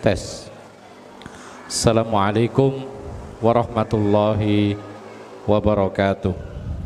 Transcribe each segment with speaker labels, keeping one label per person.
Speaker 1: Tes. Assalamualaikum warahmatullahi wabarakatuh.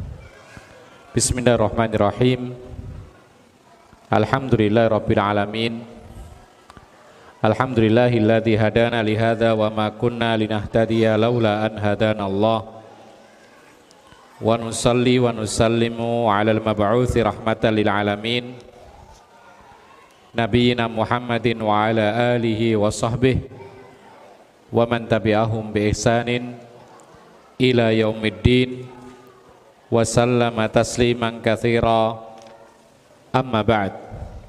Speaker 1: Bismillahirrahmanirrahim. Alhamdulillahirabbil alamin. Alhamdulillahilladzi hadana li hadza wa ma kunna linahtadiya laula an hadana Allah. Wa nusalli wa nusallimu 'alal mab'utsi rahmatan lil alamin. Nabiyina Muhammadin wa ala alihi wa sahbihi wa man tabi'ahum bi ihsanin ila yaumiddin wa sallama tasliman katsira. Amma ba'd.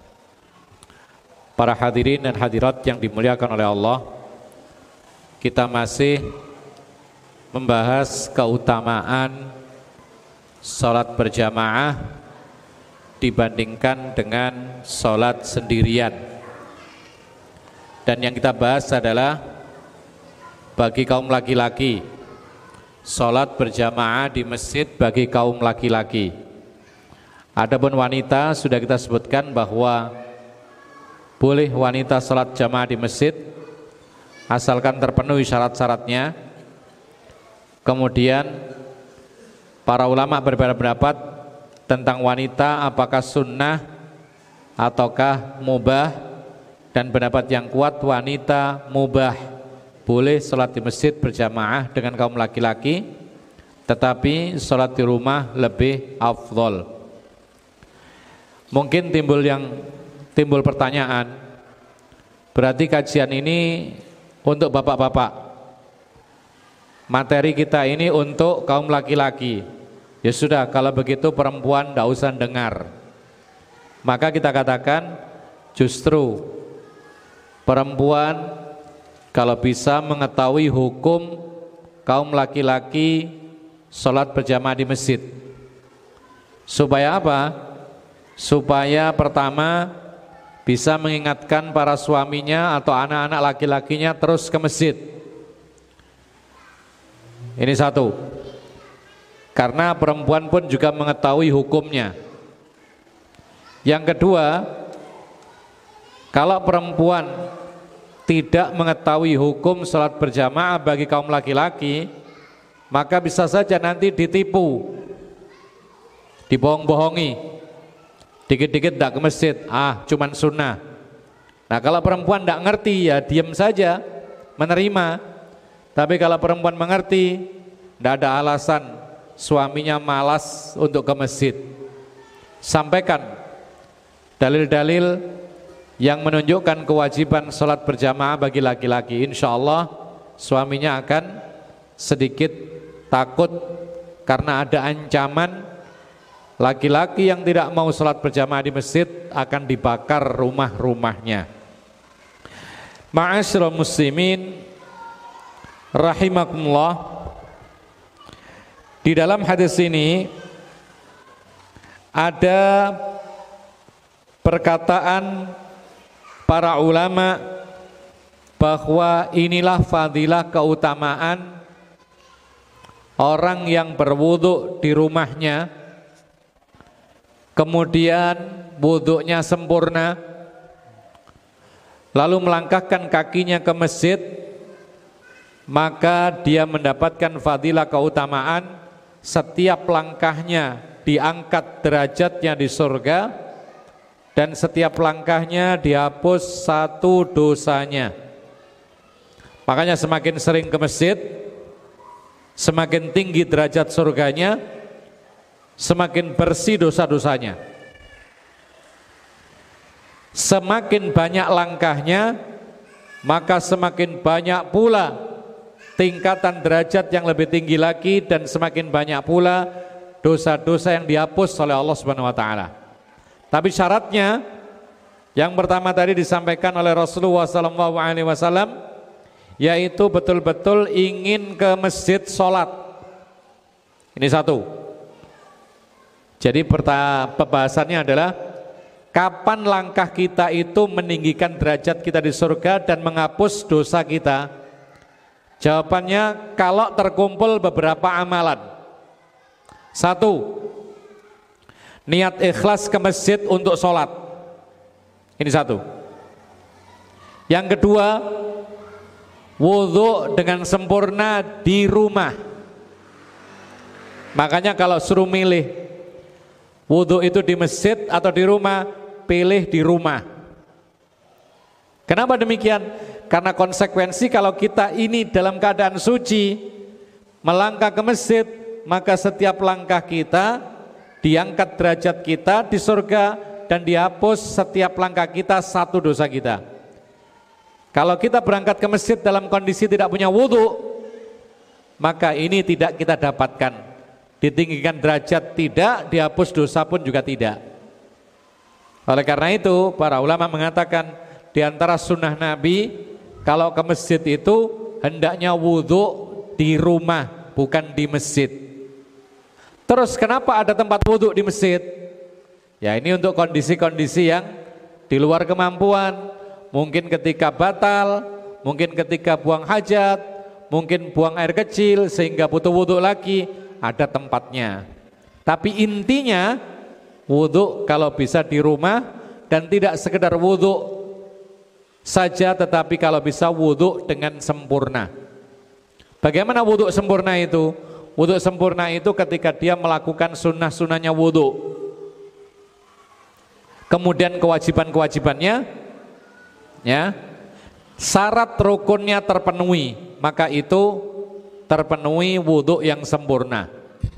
Speaker 1: Para hadirin dan hadirat yang dimuliakan oleh Allah, kita masih membahas keutamaan salat berjamaah dibandingkan dengan sholat sendirian. Dan yang kita bahas adalah bagi kaum laki-laki, sholat berjamaah di masjid bagi kaum laki-laki. Adapun wanita sudah kita sebutkan bahwa boleh wanita sholat jamaah di masjid asalkan terpenuhi syarat-syaratnya. Kemudian para ulama berbeda pendapat tentang wanita apakah sunnah ataukah mubah, dan pendapat yang kuat wanita mubah, boleh sholat di masjid berjamaah dengan kaum laki-laki, tetapi sholat di rumah lebih afdol. Mungkin timbul pertanyaan, berarti kajian ini untuk bapak-bapak, materi kita ini untuk kaum laki-laki. Ya sudah, kalau begitu perempuan tidak usah dengar. Maka kita katakan justru perempuan kalau bisa mengetahui hukum kaum laki-laki sholat berjamaah di masjid. Supaya apa? Supaya pertama bisa mengingatkan para suaminya atau anak-anak laki-lakinya terus ke masjid. Ini satu. Karena perempuan pun juga mengetahui hukumnya. Yang kedua, kalau perempuan tidak mengetahui hukum sholat berjamaah bagi kaum laki-laki, maka bisa saja nanti ditipu, dibohong-bohongi, dikit-dikit tidak ke masjid, cuman sunnah. Nah kalau perempuan tidak ngerti ya diam saja, menerima. Tapi kalau perempuan mengerti, tidak ada alasan suaminya malas untuk ke masjid. Sampaikan dalil-dalil yang menunjukkan kewajiban sholat berjamaah bagi laki-laki. Insya Allah suaminya akan sedikit takut karena ada ancaman laki-laki yang tidak mau sholat berjamaah di masjid akan dibakar rumah-rumahnya. Ma'asyiral muslimin rahimakumullah. Di dalam hadis ini ada perkataan para ulama bahwa inilah fadilah keutamaan orang yang berwudu di rumahnya, kemudian wudunya sempurna, lalu melangkahkan kakinya ke masjid, maka dia mendapatkan fadilah keutamaan setiap langkahnya diangkat derajatnya di surga, dan setiap langkahnya dihapus satu dosanya. Makanya semakin sering ke masjid, semakin tinggi derajat surganya, semakin bersih dosa-dosanya. Semakin banyak langkahnya, maka semakin banyak pula tingkatan derajat yang lebih tinggi lagi, dan semakin banyak pula dosa-dosa yang dihapus oleh Allah Subhanahu wa taala. Tapi syaratnya yang pertama tadi disampaikan oleh Rasulullah SAW, yaitu betul-betul ingin ke masjid sholat. Ini satu. Jadi pembahasannya adalah kapan langkah kita itu meninggikan derajat kita di surga dan menghapus dosa kita. Jawabannya kalau terkumpul beberapa amalan. Satu, niat ikhlas ke masjid untuk sholat. Ini satu. Yang kedua, Wudhu dengan sempurna di rumah. Makanya kalau suruh milih wudhu itu di masjid atau di rumah, pilih di rumah. Kenapa demikian? Karena konsekuensi kalau kita ini dalam keadaan suci melangkah ke masjid, maka setiap langkah kita diangkat derajat kita di surga dan dihapus setiap langkah kita satu dosa kita. Kalau kita berangkat ke masjid dalam kondisi tidak punya wudhu, maka ini tidak kita dapatkan. Ditinggikan derajat tidak, dihapus dosa pun juga tidak. Oleh karena itu para ulama mengatakan di antara sunnah Nabi, kalau ke masjid itu hendaknya wudhu di rumah, bukan di masjid. Terus kenapa ada tempat wudhu di masjid? Ya ini untuk kondisi-kondisi yang di luar kemampuan. Mungkin ketika batal, mungkin ketika buang hajat, mungkin buang air kecil sehingga butuh wudhu lagi, ada tempatnya. Tapi intinya wudhu kalau bisa di rumah dan tidak sekedar wudhu saja, tetapi kalau bisa wudhu dengan sempurna. Bagaimana wudhu sempurna itu? Wudhu sempurna itu ketika dia melakukan sunnah-sunnahnya wudhu, kemudian kewajiban-kewajibannya, ya, syarat rukunnya terpenuhi, maka itu terpenuhi wudhu yang sempurna.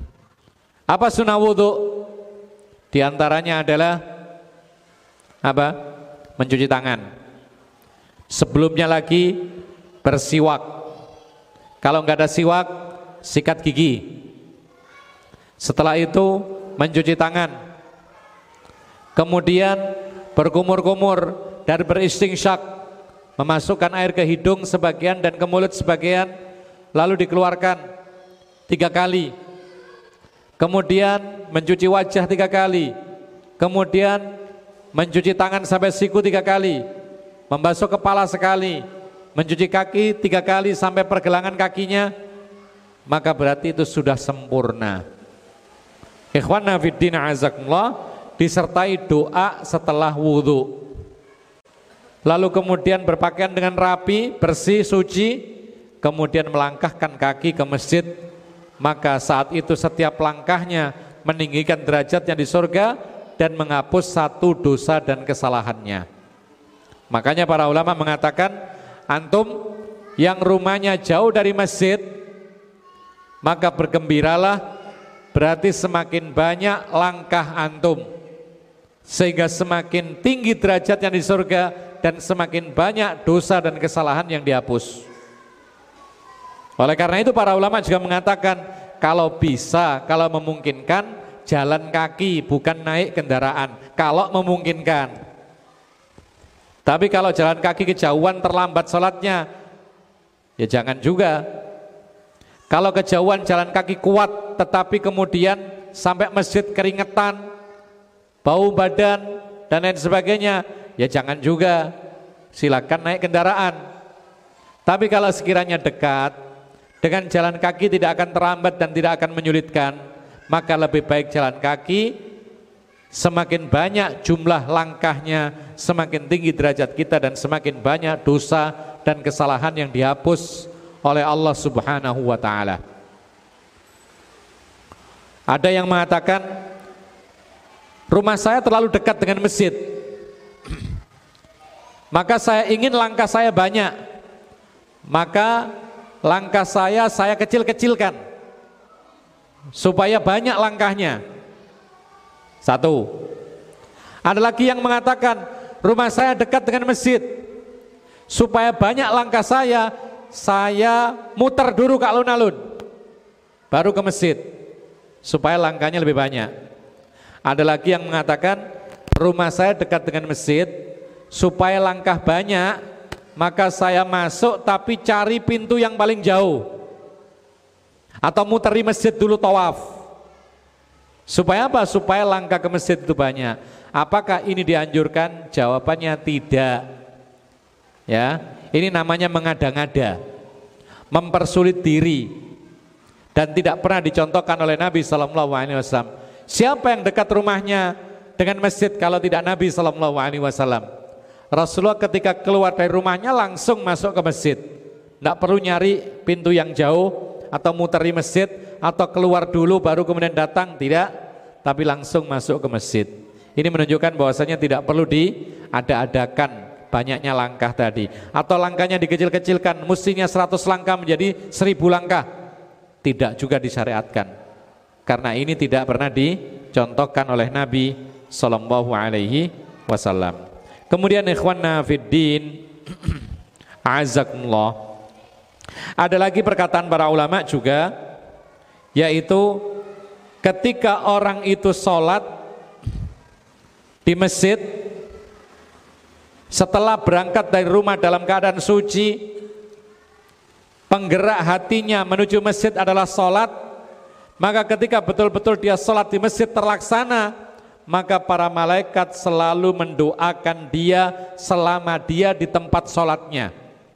Speaker 1: Apa sunnah wudhu? Di antaranya adalah apa? Mencuci tangan. Sebelumnya lagi bersiwak. Kalau nggak ada siwak, sikat gigi. Setelah itu mencuci tangan. Kemudian berkumur-kumur dan beristinsyak, memasukkan air ke hidung sebagian dan ke mulut sebagian, lalu dikeluarkan 3 kali. Kemudian mencuci wajah 3 kali. Kemudian mencuci tangan sampai siku 3 kali. Membasuh kepala sekali. Mencuci kaki 3 kali sampai pergelangan kakinya. Maka berarti itu sudah sempurna. Ikhwana fiddin azakumullah, disertai doa setelah wudhu. Lalu kemudian berpakaian dengan rapi, bersih, suci, kemudian melangkahkan kaki ke masjid. Maka saat itu setiap langkahnya meninggikan derajatnya di surga dan menghapus satu dosa dan kesalahannya. Makanya para ulama mengatakan, antum yang rumahnya jauh dari masjid, maka bergembiralah, berarti semakin banyak langkah antum, sehingga semakin tinggi derajatnya di surga dan semakin banyak dosa dan kesalahan yang dihapus. Oleh karena itu para ulama juga mengatakan, kalau bisa, kalau memungkinkan, jalan kaki bukan naik kendaraan, kalau memungkinkan. Tapi kalau jalan kaki kejauhan terlambat sholatnya, ya jangan juga. Kalau kejauhan jalan kaki kuat tetapi kemudian sampai masjid keringetan, bau badan dan lain sebagainya, ya jangan juga. Silakan naik kendaraan. Tapi kalau sekiranya dekat, dengan jalan kaki tidak akan terlambat dan tidak akan menyulitkan, maka lebih baik jalan kaki. Semakin banyak jumlah langkahnya, semakin tinggi derajat kita dan semakin banyak dosa dan kesalahan yang dihapus oleh Allah Subhanahu wa ta'ala. Ada yang mengatakan, rumah saya terlalu dekat dengan masjid, maka saya ingin langkah saya banyak, maka langkah saya kecil-kecilkan supaya banyak langkahnya. Satu. Ada lagi yang mengatakan, rumah saya dekat dengan masjid, supaya banyak langkah saya muter dulu ke alun-alun baru ke masjid supaya langkahnya lebih banyak. Ada lagi yang mengatakan, rumah saya dekat dengan masjid, supaya langkah banyak, maka saya masuk tapi cari pintu yang paling jauh, atau muteri masjid dulu tawaf. Supaya apa? Supaya langkah ke masjid itu banyak. Apakah ini dianjurkan? Jawabannya tidak. Ya, ini namanya mengada-ngada, mempersulit diri, dan tidak pernah dicontohkan oleh Nabi SAW. Siapa yang dekat rumahnya dengan masjid kalau tidak Nabi SAW? Rasulullah ketika keluar dari rumahnya langsung masuk ke masjid. Tidak perlu nyari pintu yang jauh atau muter di masjid atau keluar dulu baru kemudian datang, tidak, tapi langsung masuk ke masjid. Ini menunjukkan bahwasanya tidak perlu diada-adakan banyaknya langkah tadi, atau langkahnya dikecil-kecilkan, mestinya 100 langkah menjadi 1000 langkah, tidak juga disyariatkan, karena ini tidak pernah dicontohkan oleh Nabi Sallallahu Alaihi Wasallam. Kemudian ikhwanna fiddin a'azakumullah, ada lagi perkataan para ulama juga, yaitu ketika orang itu sholat di masjid setelah berangkat dari rumah dalam keadaan suci, penggerak hatinya menuju masjid adalah sholat, maka ketika betul-betul dia sholat di masjid terlaksana, maka para malaikat selalu mendoakan dia selama dia di tempat sholatnya.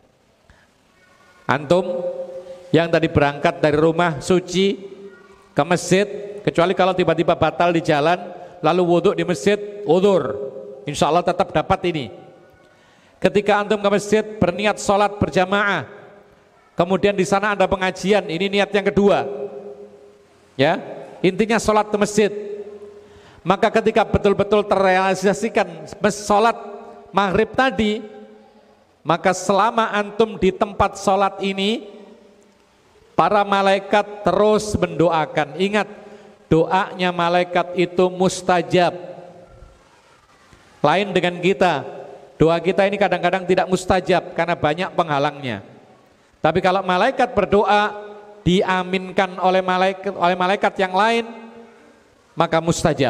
Speaker 1: Antum yang tadi berangkat dari rumah suci ke masjid, kecuali kalau tiba-tiba batal di jalan lalu wudhu di masjid, udzur, insya Allah tetap dapat ini. Ketika antum ke masjid berniat sholat berjamaah, kemudian di sana ada pengajian, ini niat yang kedua, ya, intinya sholat ke masjid. Maka ketika betul-betul terrealisasikan sholat maghrib tadi, maka selama antum di tempat sholat ini, para malaikat terus mendoakan. Ingat, doanya malaikat itu mustajab. Lain dengan kita, doa kita ini kadang-kadang tidak mustajab karena banyak penghalangnya. Tapi kalau malaikat berdoa diaminkan oleh malaikat yang lain, maka mustajab.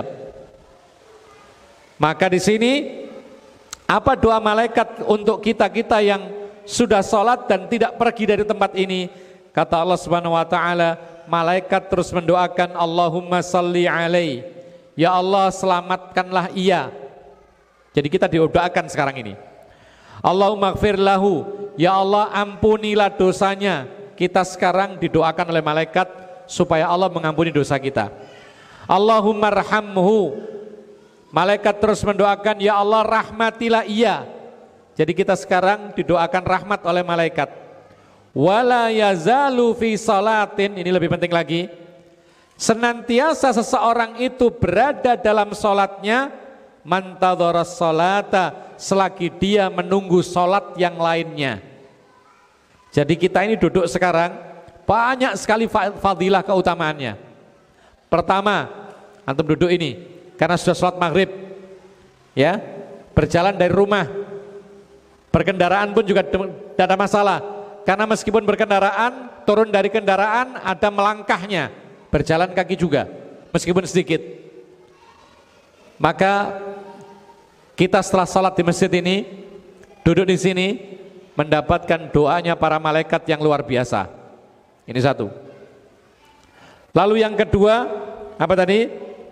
Speaker 1: Maka di sini apa doa malaikat untuk kita-kita yang sudah sholat dan tidak pergi dari tempat ini? Kata Allah Subhanahu wa taala, malaikat terus mendoakan, Allahumma salli alaihi, ya Allah selamatkanlah ia. Jadi kita didoakan sekarang ini, Allahumma gfir lahu, ya Allah ampunilah dosanya. Kita sekarang didoakan oleh malaikat supaya Allah mengampuni dosa kita. Allahumma arhamhu, malaikat terus mendoakan, ya Allah rahmatilah ia. Jadi kita sekarang didoakan rahmat oleh malaikat. Wala yazalu fi salatin, ini lebih penting lagi, senantiasa seseorang itu berada dalam sholatnya, mantadharas sholata, selagi dia menunggu sholat yang lainnya. Jadi kita ini duduk sekarang banyak sekali fadilah keutamaannya. Pertama, antum duduk ini karena sudah sholat maghrib, ya, berjalan dari rumah, berkendaraan pun juga tidak ada masalah, karena meskipun berkendaraan, turun dari kendaraan ada melangkahnya, berjalan kaki juga, meskipun sedikit. Maka kita setelah sholat di masjid ini, duduk di sini, mendapatkan doanya para malaikat yang luar biasa. Ini satu. Lalu yang kedua, apa tadi?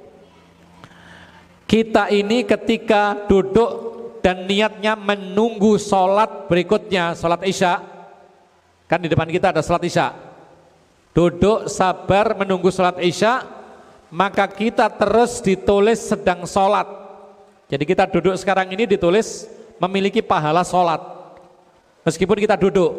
Speaker 1: Kita ini ketika duduk dan niatnya menunggu sholat berikutnya, sholat isya, kan di depan kita ada sholat isya, duduk sabar menunggu sholat isya, maka kita terus ditulis sedang sholat. Jadi kita duduk sekarang ini ditulis memiliki pahala sholat meskipun kita duduk.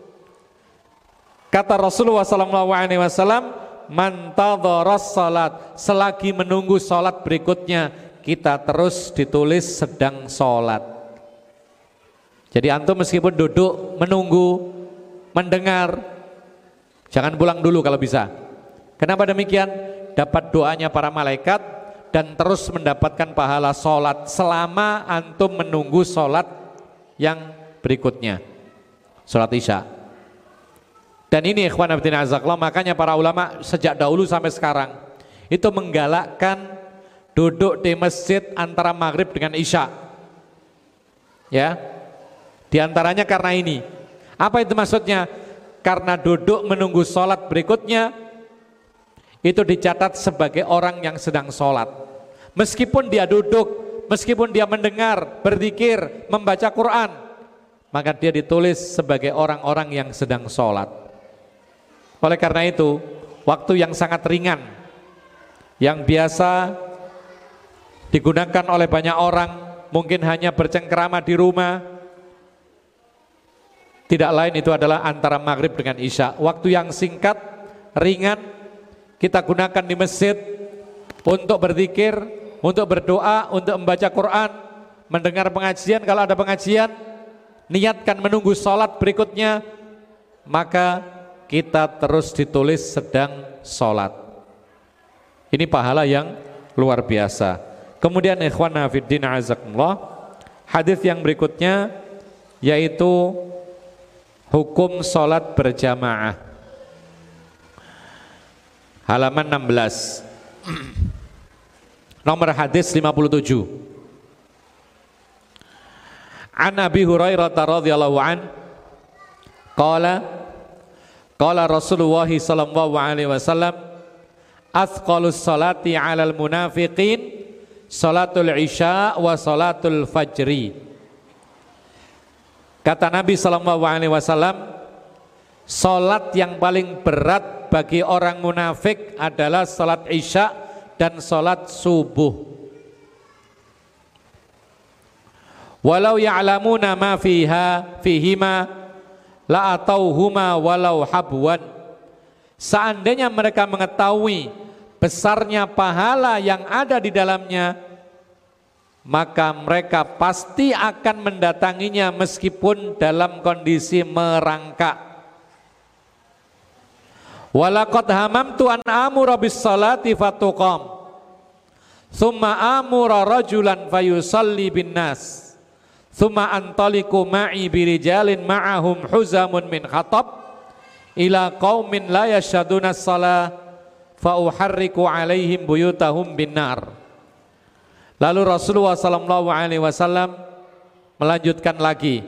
Speaker 1: Kata Rasulullah SAW, man tadharas sholat, selagi menunggu sholat berikutnya, kita terus ditulis sedang sholat. Jadi antum meskipun duduk menunggu, mendengar, jangan pulang dulu kalau bisa. Kenapa demikian? Dapat doanya para malaikat dan terus mendapatkan pahala sholat selama antum menunggu sholat yang berikutnya, sholat isya. Dan ini ikhwan fillah azakallah, makanya para ulama sejak dahulu sampai sekarang itu menggalakkan duduk di masjid antara maghrib dengan isya, ya. Di antaranya karena ini. Apa itu maksudnya? Karena duduk menunggu sholat berikutnya itu dicatat sebagai orang yang sedang sholat. Meskipun dia duduk, meskipun dia mendengar, berzikir, membaca Quran, maka dia ditulis sebagai orang-orang yang sedang sholat. Oleh karena itu, waktu yang sangat ringan, yang biasa digunakan oleh banyak orang, mungkin hanya bercengkrama di rumah, Tidak lain itu adalah antara maghrib dengan isya. Waktu yang singkat, ringan, kita gunakan di masjid untuk berzikir, untuk berdoa, untuk membaca Quran, mendengar pengajian. Kalau ada pengajian, niatkan menunggu sholat berikutnya, maka kita terus ditulis sedang sholat. Ini pahala yang luar biasa. Kemudian ikhwana fiddin azakumullah, hadis yang berikutnya yaitu hukum sholat berjamaah, halaman 16, nomor hadis 57. An Abi Hurairah radhiyallahu an qala Rasulullah sallallahu alaihi wasallam athqalus salati 'alal munafiqin salatul isya wa salatul fajri. Kata Nabi sallallahu alaihi wasallam, salat yang paling berat bagi orang munafik adalah salat isya dan salat subuh. Walau ya'lamuna ma fihima la atauhuma walau habwan. Seandainya mereka mengetahui besarnya pahala yang ada di dalamnya, maka mereka pasti akan mendatanginya meskipun dalam kondisi merangkak. Walaqad hamamtu an amura bis salati fatuqam thumma amura rajulan fayusalli bin nas thumma antaliku ma'i birijalin ma'ahum huzamun min khatab ila qaumin la yashaduna as-salah fa uharriku alaihim buyutahum bin nar. Lalu Rasulullah sallallahu alaihi wasallam melanjutkan lagi,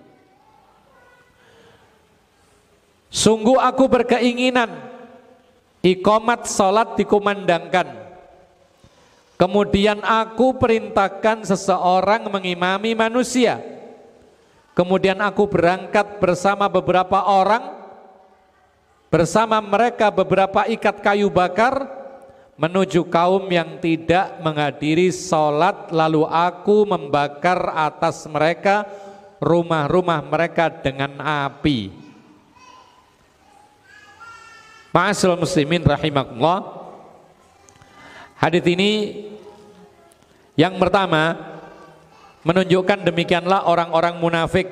Speaker 1: sungguh aku berkeinginan iqamat salat dikumandangkan, kemudian aku perintahkan seseorang mengimami manusia, kemudian aku berangkat bersama beberapa orang, bersama mereka beberapa ikat kayu bakar menuju kaum yang tidak menghadiri sholat, lalu aku membakar atas mereka rumah-rumah mereka dengan api. Ma'asyiral muslimin rahimakumullah, hadits ini yang pertama menunjukkan demikianlah orang-orang munafik,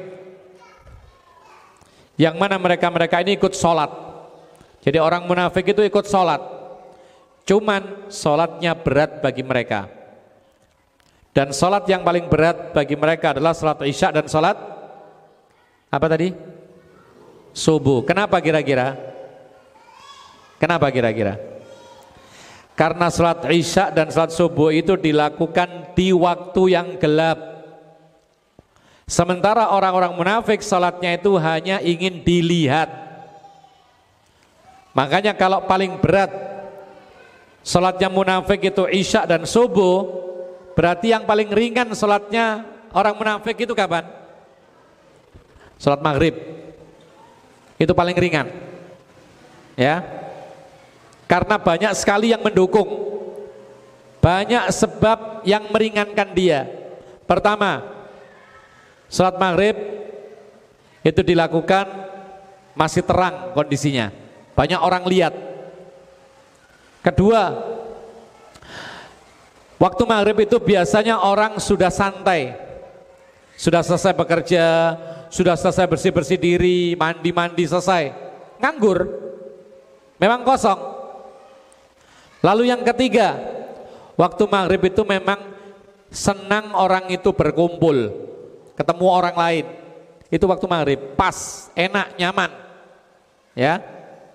Speaker 1: yang mana mereka ini ikut sholat. Jadi orang munafik itu ikut sholat, cuman sholatnya berat bagi mereka. Dan sholat yang paling berat bagi mereka adalah sholat isya dan sholat apa tadi? Subuh. Kenapa kira-kira? Kenapa kira-kira? Karena sholat isya dan sholat subuh itu dilakukan di waktu yang gelap. Sementara orang-orang munafik sholatnya itu hanya ingin dilihat. Makanya kalau paling berat sholatnya munafik itu isya dan subuh, berarti yang paling ringan sholatnya orang munafik itu kapan? Sholat maghrib. Itu paling ringan, ya, karena banyak sekali yang mendukung, banyak sebab yang meringankan dia. Pertama, sholat maghrib itu dilakukan masih terang kondisinya, banyak orang lihat. Kedua, waktu maghrib itu biasanya orang sudah santai, sudah selesai bekerja, sudah selesai bersih-bersih diri, mandi-mandi selesai, nganggur, memang kosong. Lalu yang ketiga, waktu maghrib itu memang senang orang itu berkumpul, ketemu orang lain. Itu waktu maghrib, pas, enak, nyaman, ya.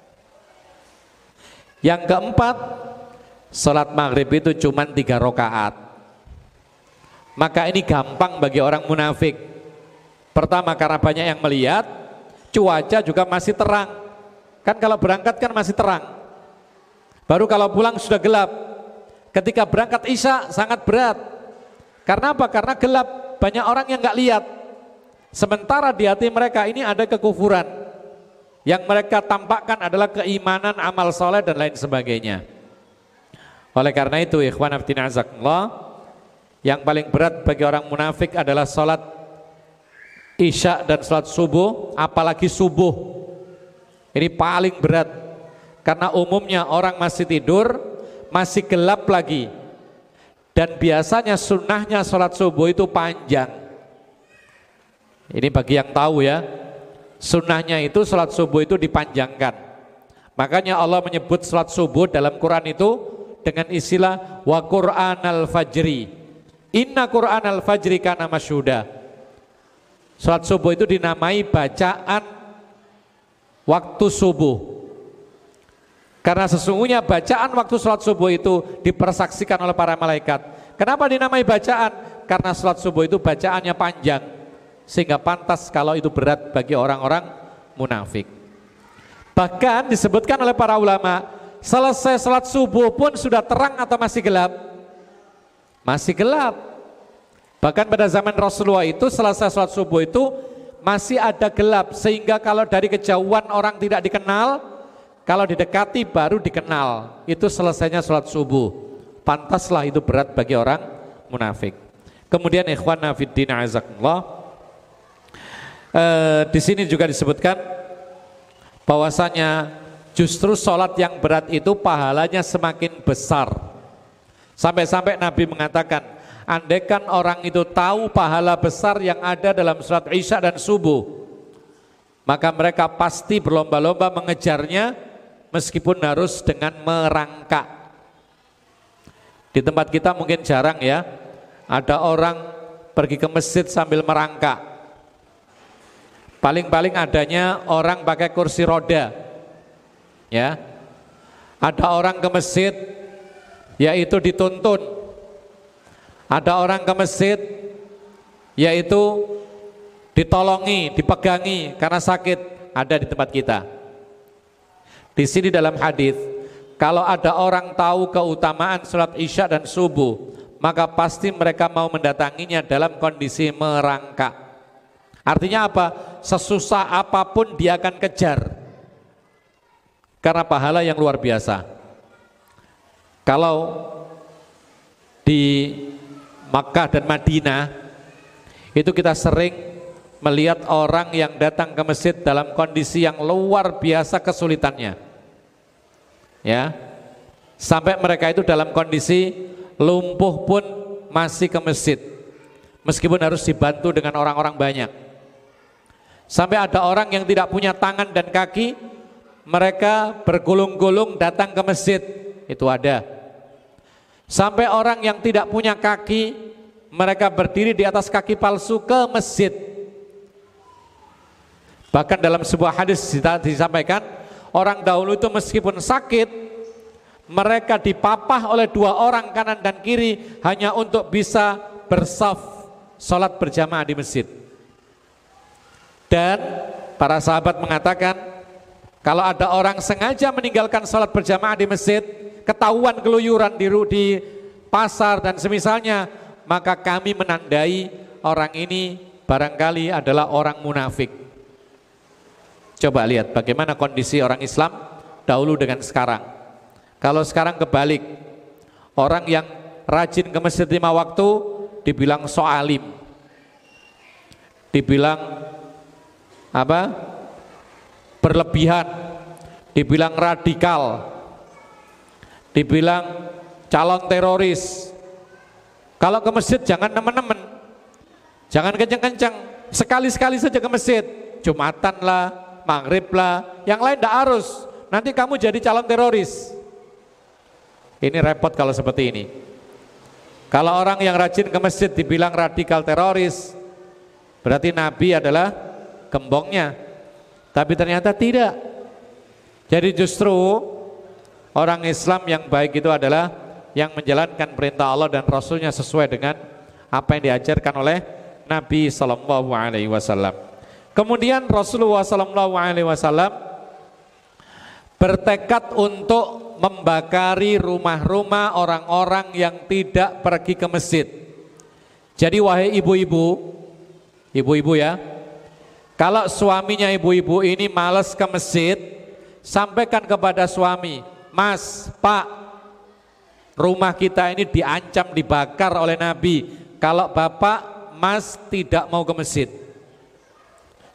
Speaker 1: Yang keempat, sholat maghrib itu cuma 3 rakaat. Maka ini gampang bagi orang munafik. Pertama, karena banyak yang melihat, cuaca juga masih terang. Kan kalau berangkat kan masih terang. Baru kalau pulang sudah gelap. Ketika berangkat isya sangat berat. Karena apa? Karena gelap, banyak orang yang nggak lihat. Sementara di hati mereka ini ada kekufuran. Yang mereka tampakkan adalah keimanan, amal soleh dan lain sebagainya. Oleh karena itu, ikhwan fillah azakumullah, yang paling berat bagi orang munafik adalah sholat Isya dan sholat subuh, apalagi subuh, ini paling berat karena umumnya orang masih tidur, masih gelap lagi, dan biasanya sunnahnya sholat subuh itu panjang. Ini bagi yang tahu ya, sunnahnya itu sholat subuh itu dipanjangkan. Makanya Allah menyebut sholat subuh dalam Quran itu dengan istilah wa Qur'anal fajri, inna Qur'anal fajri kana masyhuda. Sholat subuh itu dinamai bacaan waktu subuh karena sesungguhnya bacaan waktu sholat subuh itu dipersaksikan oleh para malaikat. Kenapa dinamai bacaan? Karena sholat subuh itu bacaannya panjang, sehingga pantas kalau itu berat bagi orang-orang munafik. Bahkan disebutkan oleh para ulama, selesai sholat subuh pun sudah terang atau masih gelap? Masih gelap. Bahkan pada zaman Rasulullah itu selesai sholat subuh itu masih ada gelap, sehingga kalau dari kejauhan orang tidak dikenal, kalau didekati baru dikenal. Itu selesainya sholat subuh. Pantaslah itu berat bagi orang munafik. Kemudian ikhwana fiddin azakumullah, di sini juga disebutkan bahwasanya justru sholat yang berat itu pahalanya semakin besar. Sampai-sampai Nabi mengatakan, andaikan orang itu tahu pahala besar yang ada dalam sholat Isya dan subuh, maka mereka pasti berlomba-lomba mengejarnya meskipun harus dengan merangkak. Di tempat kita mungkin jarang ya, ada orang pergi ke masjid sambil merangkak. Paling-paling adanya orang pakai kursi roda. Ya. Ada orang ke masjid yaitu dituntun. Ada orang ke masjid yaitu ditolongi, dipegangi karena sakit, ada di tempat kita. Di sini dalam hadis, kalau ada orang tahu keutamaan sholat Isya dan subuh, maka pasti mereka mau mendatanginya dalam kondisi merangkak. Artinya apa? Sesusah apapun dia akan kejar karena pahala yang luar biasa. Kalau di Makkah dan Madinah itu kita sering melihat orang yang datang ke masjid dalam kondisi yang luar biasa kesulitannya, ya, sampai mereka itu dalam kondisi lumpuh pun masih ke masjid meskipun harus dibantu dengan orang-orang banyak. Sampai ada orang yang tidak punya tangan dan kaki, mereka bergulung-gulung datang ke masjid, itu ada. Sampai orang yang tidak punya kaki, mereka berdiri di atas kaki palsu ke masjid. Bahkan dalam sebuah hadis disampaikan, orang dahulu itu meskipun sakit, mereka dipapah oleh dua orang kanan dan kiri hanya untuk bisa bersaf sholat berjamaah di masjid. Dan para sahabat mengatakan, kalau ada orang sengaja meninggalkan sholat berjamaah di masjid, ketahuan keluyuran di pasar dan semisalnya, maka kami menandai orang ini barangkali adalah orang munafik. Coba lihat bagaimana kondisi orang Islam dahulu dengan sekarang. Kalau sekarang kebalik, orang yang rajin ke masjid 5 waktu dibilang soalim, dibilang apa? Berlebihan, dibilang radikal, dibilang calon teroris. Kalau ke masjid jangan nemen-nemen, jangan kenceng-kenceng, sekali-sekali saja ke masjid, Jumatan lah, maghrib lah, yang lain tidak harus, nanti kamu jadi calon teroris. Ini repot kalau seperti ini. Kalau orang yang rajin ke masjid dibilang radikal teroris, berarti Nabi adalah gembongnya, tapi ternyata tidak. Jadi justru orang Islam yang baik itu adalah yang menjalankan perintah Allah dan Rasulnya sesuai dengan apa yang diajarkan oleh Nabi Sallallahu Alaihi Wasallam. Kemudian Rasulullah Sallallahu Alaihi Wasallam bertekad untuk membakari rumah-rumah orang-orang yang tidak pergi ke masjid. Jadi wahai ibu-ibu, ibu-ibu ya, kalau suaminya ibu-ibu ini malas ke masjid, sampaikan kepada suami, Mas, Pak, rumah kita ini diancam dibakar oleh Nabi kalau bapak, Mas tidak mau ke masjid.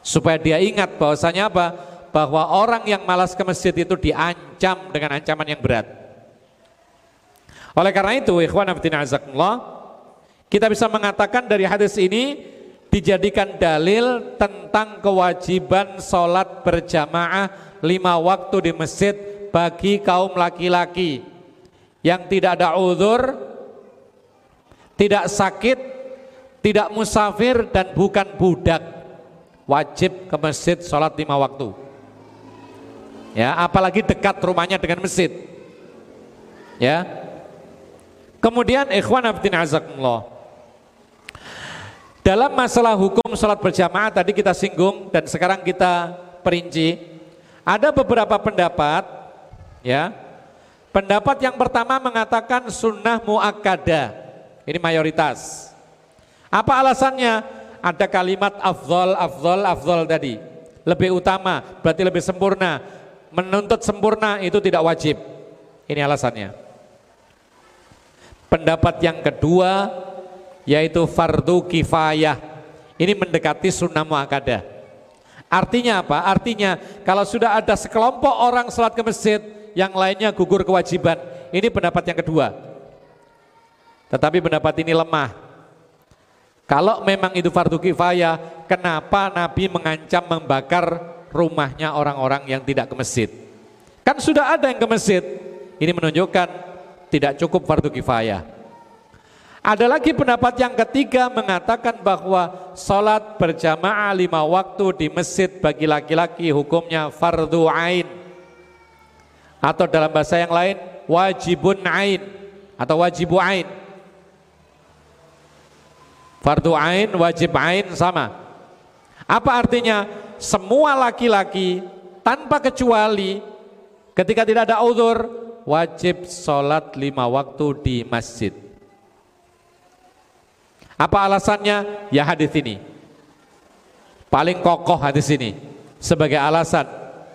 Speaker 1: supaya dia ingat bahwasanya apa? Bahwa orang yang malas ke masjid itu diancam dengan ancaman yang berat. Oleh karena itu, ikhwan fillah azakumullah, kita bisa mengatakan dari hadis ini dijadikan dalil tentang kewajiban sholat berjamaah 5 waktu di masjid bagi kaum laki-laki yang tidak ada uzur, tidak sakit, tidak musafir, dan bukan budak. Wajib ke masjid sholat 5 waktu. Ya, apalagi dekat rumahnya dengan masjid. Ya. Kemudian ikhwan fillah azakumullah, dalam masalah hukum sholat berjamaah tadi kita singgung dan sekarang kita perinci. Ada beberapa pendapat, ya. Pendapat yang pertama mengatakan sunnah muakkadah. Ini mayoritas. Apa alasannya? Ada kalimat afdol tadi. Lebih utama, berarti lebih sempurna. Menuntut sempurna itu tidak wajib. Ini alasannya. Pendapat yang kedua yaitu fardu kifayah. Ini mendekati sunnah muakkadah. Artinya apa? Artinya kalau sudah ada sekelompok orang sholat ke masjid, yang lainnya gugur kewajiban. Ini pendapat yang kedua. Tetapi pendapat ini lemah. Kalau memang itu fardu kifayah, kenapa Nabi mengancam membakar rumahnya orang-orang yang tidak ke masjid? Kan sudah ada yang ke masjid. Ini menunjukkan tidak cukup fardu kifayah. Ada lagi pendapat yang ketiga mengatakan bahwa sholat berjamaah 5 waktu di masjid bagi laki-laki hukumnya fardu ain, atau dalam bahasa yang lain wajibun ain atau wajibu ain. Fardu ain, wajib ain sama. Apa artinya? Semua laki-laki tanpa kecuali ketika tidak ada uzur wajib sholat 5 waktu di masjid. Apa alasannya? Ya hadis ini. Paling kokoh hadis ini sebagai alasan.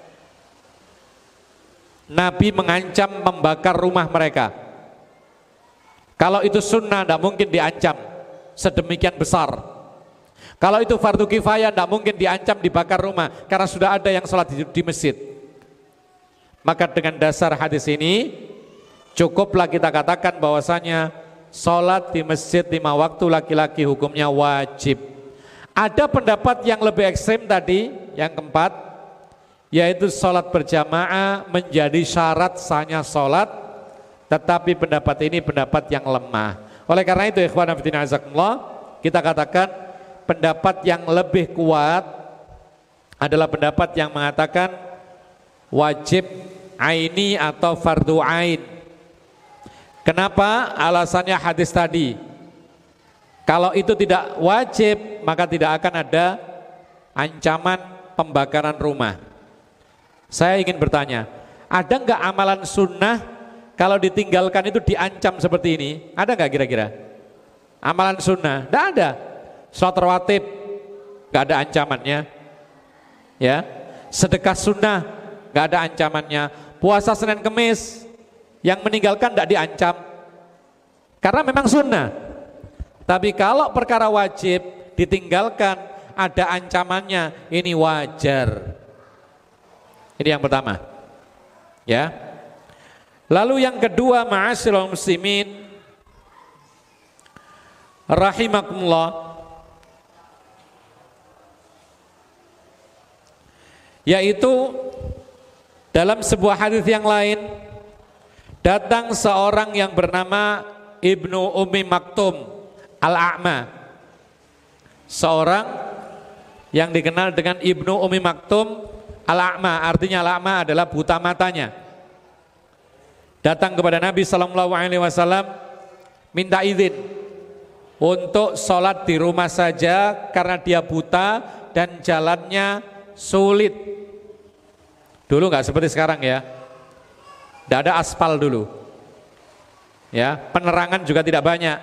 Speaker 1: Nabi mengancam membakar rumah mereka. Kalau itu sunnah tidak mungkin diancam sedemikian besar. Kalau itu fardu kifayah tidak mungkin diancam dibakar rumah karena sudah ada yang sholat di masjid. Maka dengan dasar hadis ini cukuplah kita katakan bahwasanya sholat di masjid 5 waktu laki-laki hukumnya wajib. Ada pendapat yang lebih ekstrim tadi, yang keempat, yaitu sholat berjamaah menjadi syarat sahnya sholat, tetapi pendapat ini pendapat yang lemah. Oleh karena itu ikhwan fillah azakumullah, kita katakan pendapat yang lebih kuat adalah pendapat yang mengatakan wajib aini atau fardu ain. Kenapa? Alasannya hadis tadi. Kalau itu tidak wajib, maka tidak akan ada ancaman pembakaran rumah. Saya ingin bertanya, ada enggak amalan sunnah kalau ditinggalkan itu diancam seperti ini? Ada enggak kira-kira? Amalan sunnah? Tidak ada. Sholat rawatib enggak ada ancamannya. Ya. Sedekah sunnah enggak ada ancamannya. Puasa Senin Kemis yang meninggalkan tidak diancam karena memang sunnah. Tapi kalau perkara wajib ditinggalkan ada ancamannya, ini wajar. Ini yang pertama. Ya. Lalu yang kedua, ma'asyiral muslimin rahimakumullah, yaitu dalam sebuah hadis yang lain datang seorang yang bernama Ibnu Ummi Maktum Al-A'ma, seorang yang dikenal dengan Ibnu Ummi Maktum Al-A'ma, artinya Al-A'ma adalah buta matanya. Datang kepada Nabi SAW minta izin untuk sholat di rumah saja karena dia buta dan jalannya sulit. Dulu nggak seperti sekarang ya, tidak ada aspal dulu, ya, penerangan juga tidak banyak.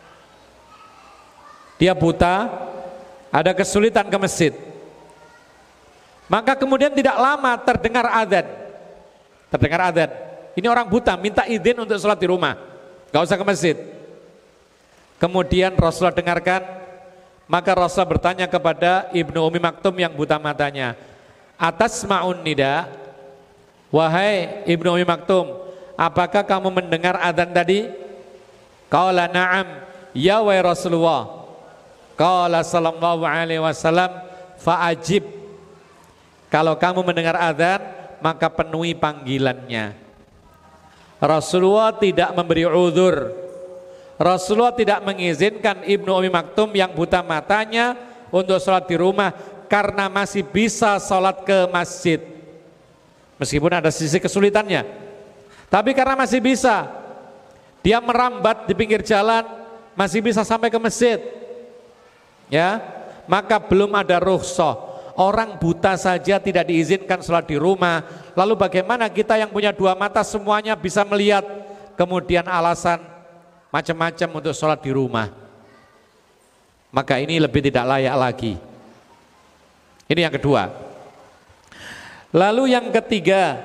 Speaker 1: Dia buta, ada kesulitan ke masjid. Maka kemudian tidak lama terdengar adzan. Ini orang buta minta izin untuk sholat di rumah, nggak usah ke masjid. Kemudian Rasulullah dengarkan, Maka Rasul bertanya kepada Ibnu Ummi Maktum yang buta matanya, atasma'un nida? Wahai Ibnu Ummi Maktum, apakah kamu mendengar adzan tadi? Qala na'am ya wahai Rasulullah. Qala sallallahu alaihi wasallam fa'ajib. Kalau kamu mendengar adzan maka penuhi panggilannya. Rasulullah tidak memberi uzur. Rasulullah tidak mengizinkan Ibnu Ummi Maktum yang buta matanya untuk sholat di rumah karena masih bisa sholat ke masjid. Meskipun ada sisi kesulitannya, tapi karena masih bisa, dia merambat di pinggir jalan, masih bisa sampai ke masjid. Ya, maka belum ada rukhsah. Orang buta saja tidak diizinkan sholat di rumah. Lalu bagaimana kita yang punya dua mata semuanya bisa melihat? Kemudian alasan macam-macam untuk sholat di rumah. Maka ini lebih tidak layak lagi. Ini yang kedua. Lalu yang ketiga,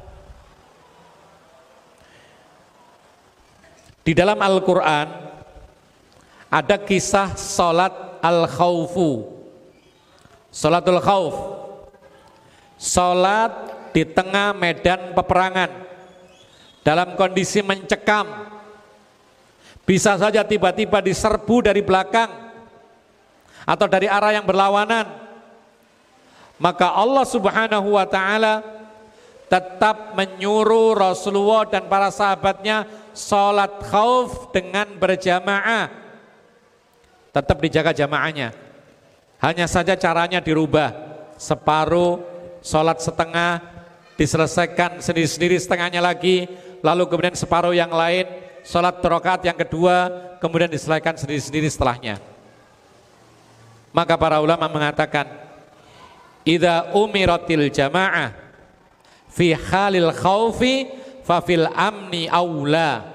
Speaker 1: di dalam Al-Quran ada kisah sholat al-khawfu, sholatul khawf, sholat di tengah medan peperangan dalam kondisi mencekam. Bisa saja tiba-tiba diserbu dari belakang atau dari arah yang berlawanan. Maka Allah Subhanahu wa ta'ala tetap menyuruh Rasulullah dan para sahabatnya sholat khauf dengan berjamaah. Tetap dijaga jamaahnya. Hanya saja caranya dirubah. Separuh sholat setengah diselesaikan sendiri-sendiri, setengahnya lagi. Lalu kemudian separuh yang lain sholat rakaat yang kedua, kemudian diselesaikan sendiri-sendiri setelahnya. Maka para ulama mengatakan, idza umiratil jamaah fi halil khaufi fa fil amni aula.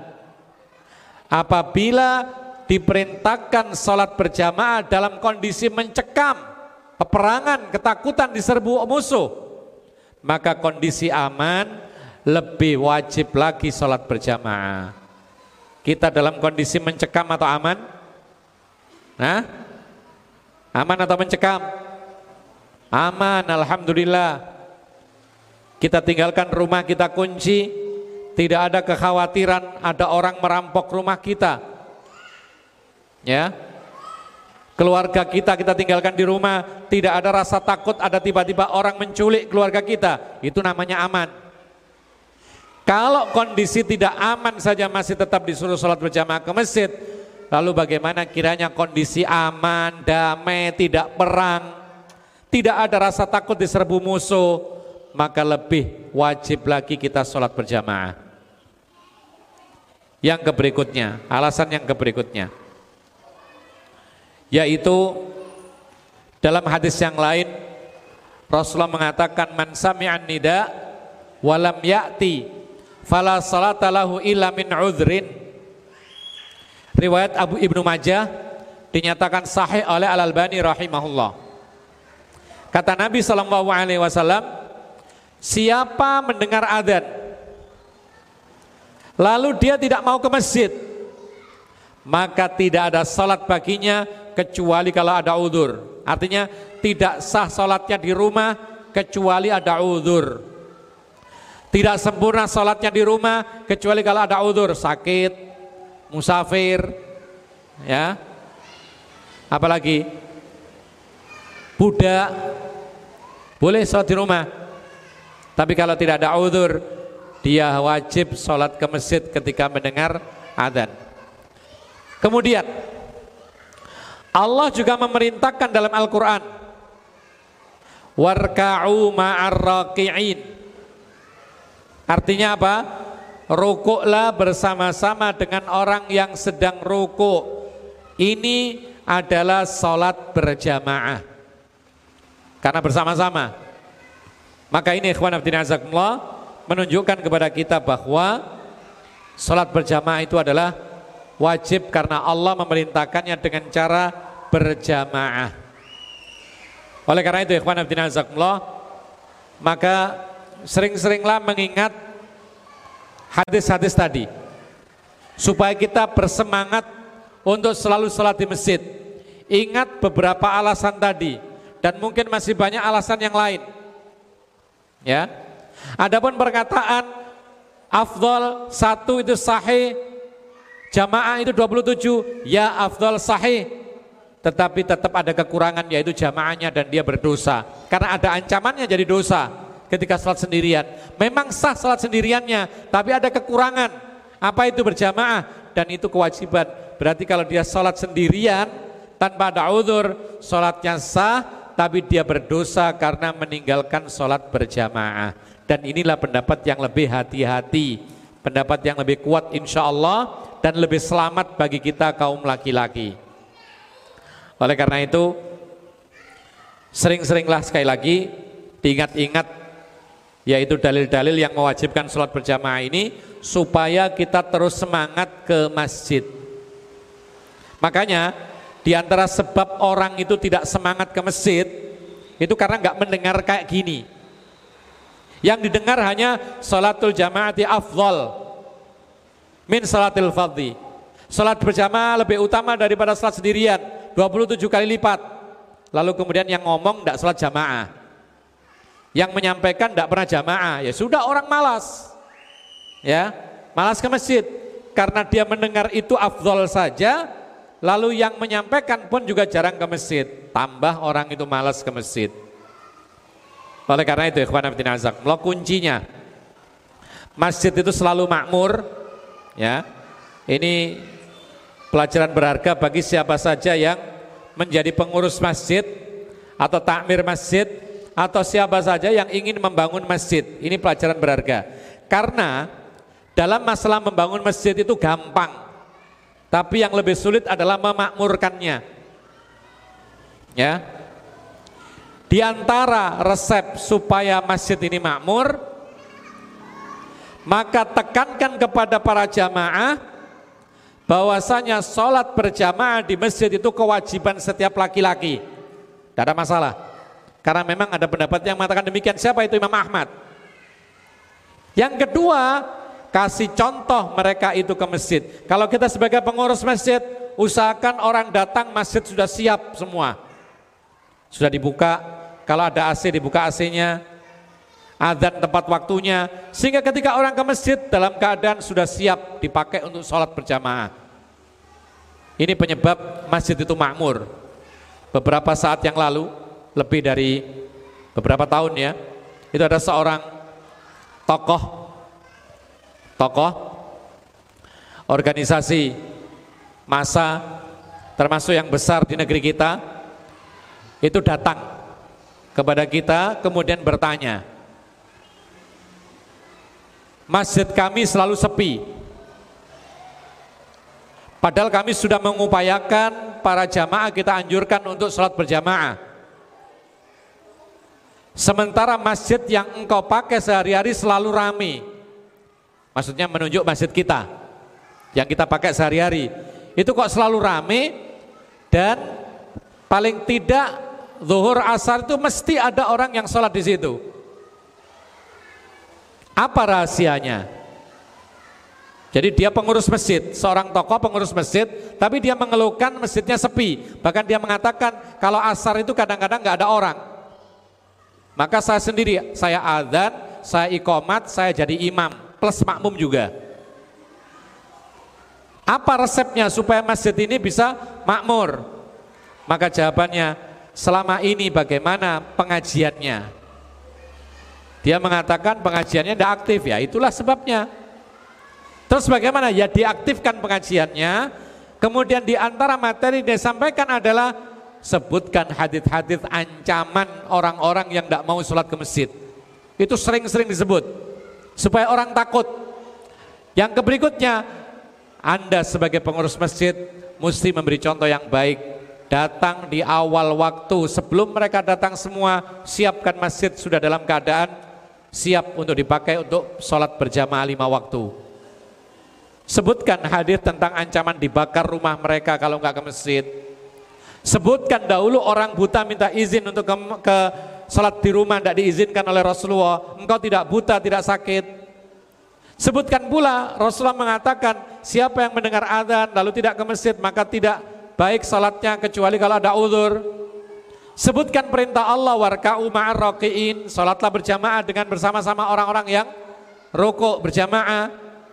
Speaker 1: Apabila diperintahkan sholat berjamaah dalam kondisi mencekam, peperangan, ketakutan diserbu musuh, maka kondisi aman lebih wajib lagi sholat berjamaah. Kita dalam kondisi mencekam atau aman? Nah, aman atau mencekam? Aman, alhamdulillah. Kita tinggalkan rumah, kita kunci, tidak ada kekhawatiran ada orang merampok rumah kita. Ya, keluarga kita tinggalkan di rumah, tidak ada rasa takut ada tiba-tiba orang menculik keluarga kita. Itu namanya aman. Kalau kondisi tidak aman saja masih tetap disuruh sholat berjamaah ke masjid, lalu bagaimana kiranya kondisi aman, damai, tidak perang, tidak ada rasa takut diserbu musuh, maka lebih wajib lagi kita sholat berjamaah. Yang berikutnya, alasan yang berikutnya, yaitu dalam hadis yang lain Rasulullah mengatakan, man sami'an nida walam ya'ti fala salata lahu illa min udhrin. Riwayat Abu Ibnu Majah, dinyatakan sahih oleh Al-Albani rahimahullah. Kata Nabi SAW, siapa mendengar adzan lalu dia tidak mau ke masjid, maka tidak ada salat baginya kecuali kalau ada udzur. Artinya tidak sah salatnya di rumah kecuali ada udzur. Tidak sempurna sholatnya di rumah kecuali kalau ada udzur, sakit, musafir, ya, apalagi budak, boleh sholat di rumah. Tapi kalau tidak ada udzur, dia wajib sholat ke masjid ketika mendengar adzan. Kemudian Allah juga memerintahkan dalam Al-Quran, warka'u ma'ar raki'in. Artinya apa? Rukuklah bersama-sama dengan orang yang sedang rukuk. Ini adalah sholat berjamaah karena bersama-sama. Maka ini ikhwan fillah azakumullah menunjukkan kepada kita bahwa sholat berjamaah itu adalah wajib karena Allah memerintahkannya dengan cara berjamaah. Oleh karena itu ikhwan fillah azakumullah, maka sering-seringlah mengingat hadis-hadis tadi supaya kita bersemangat untuk selalu sholat di masjid. Ingat beberapa alasan tadi dan mungkin masih banyak alasan yang lain. Ya. Adapun perkataan afdal 1 itu sahih, jamaah itu 27, ya afdal sahih. Tetapi tetap ada kekurangan yaitu jamaahnya dan dia berdosa. Karena ada ancamannya jadi dosa ketika salat sendirian. Memang sah salat sendiriannya, tapi ada kekurangan. Apa itu berjamaah? Dan itu kewajiban. Berarti kalau dia salat sendirian tanpa ada uzur, salatnya sah, tapi dia berdosa karena meninggalkan salat berjamaah. Dan inilah pendapat yang lebih hati-hati, pendapat yang lebih kuat insya Allah dan lebih selamat bagi kita kaum laki-laki. Oleh karena itu, sering-seringlah sekali lagi diingat-ingat, yaitu dalil-dalil yang mewajibkan salat berjamaah ini, supaya kita terus semangat ke masjid. Makanya di antara sebab orang itu tidak semangat ke masjid itu karena nggak mendengar kayak gini. Yang didengar hanya salatul jamaati afdal min salatil fardhi. Salat berjamaah lebih utama daripada salat sendirian 27 kali lipat. Lalu kemudian yang ngomong enggak salat jamaah, yang menyampaikan enggak pernah jamaah, ya sudah orang malas. Ya, malas ke masjid karena dia mendengar itu afdal saja. Lalu yang menyampaikan pun juga jarang ke masjid, tambah orang itu malas ke masjid. Oleh karena itu ikhwan fillah azakumullah, kuncinya masjid itu selalu makmur. Ya, ini pelajaran berharga bagi siapa saja yang menjadi pengurus masjid atau takmir masjid atau siapa saja yang ingin membangun masjid. Ini pelajaran berharga. Karena dalam masalah membangun masjid itu gampang. Tapi yang lebih sulit adalah memakmurkannya. Ya. Di antara resep supaya masjid ini makmur, maka tekankan kepada para jamaah bahwasanya sholat berjamaah di masjid itu kewajiban setiap laki-laki. Tidak ada masalah. Karena memang ada pendapat yang mengatakan demikian. Siapa itu? Imam Ahmad. Yang kedua, kasih contoh mereka itu ke masjid. Kalau kita sebagai pengurus masjid, usahakan orang datang masjid sudah siap semua. Sudah dibuka, kalau ada AC dibuka AC-nya, adzan tempat waktunya, sehingga ketika orang ke masjid dalam keadaan sudah siap dipakai untuk sholat berjamaah. Ini penyebab masjid itu makmur. Beberapa saat yang lalu, lebih dari beberapa tahun ya, itu ada seorang tokoh organisasi massa termasuk yang besar di negeri kita, itu datang kepada kita kemudian bertanya, masjid kami selalu sepi, padahal kami sudah mengupayakan para jamaah kita anjurkan untuk sholat berjamaah, sementara masjid yang engkau pakai sehari-hari selalu ramai. Maksudnya menunjuk masjid kita yang kita pakai sehari-hari itu kok selalu rame, dan paling tidak zuhur asar itu mesti ada orang yang sholat di situ. Apa rahasianya? Jadi dia pengurus masjid, seorang tokoh pengurus masjid, tapi dia mengeluhkan masjidnya sepi. Bahkan dia mengatakan kalau asar itu kadang-kadang nggak ada orang. Maka saya sendiri, saya adzan, saya iqomat, saya jadi imam plus makmum juga. Apa resepnya supaya masjid ini bisa makmur? Maka jawabannya, selama ini bagaimana pengajiannya? Dia mengatakan pengajiannya tidak aktif, ya itulah sebabnya. Terus bagaimana? Ya diaktifkan pengajiannya, kemudian di antara materi yang disampaikan adalah sebutkan hadits-hadits ancaman orang-orang yang tidak mau sholat ke masjid. Itu sering-sering disebut supaya orang takut. Yang berikutnya, Anda sebagai pengurus masjid mesti memberi contoh yang baik. Datang di awal waktu, sebelum mereka datang semua, siapkan masjid sudah dalam keadaan siap untuk dipakai untuk sholat berjamaah 5 waktu. Sebutkan hadis tentang ancaman dibakar rumah mereka kalau nggak ke masjid. Sebutkan dahulu orang buta minta izin untuk ke salat di rumah, tidak diizinkan oleh Rasulullah. Engkau tidak buta, tidak sakit. Sebutkan pula Rasulullah mengatakan siapa yang mendengar adzan lalu tidak ke masjid maka tidak baik salatnya kecuali kalau ada uzur. Sebutkan perintah Allah warka'u ma'ar raki'in, salatlah berjamaah dengan bersama-sama orang-orang yang rukuk berjamaah.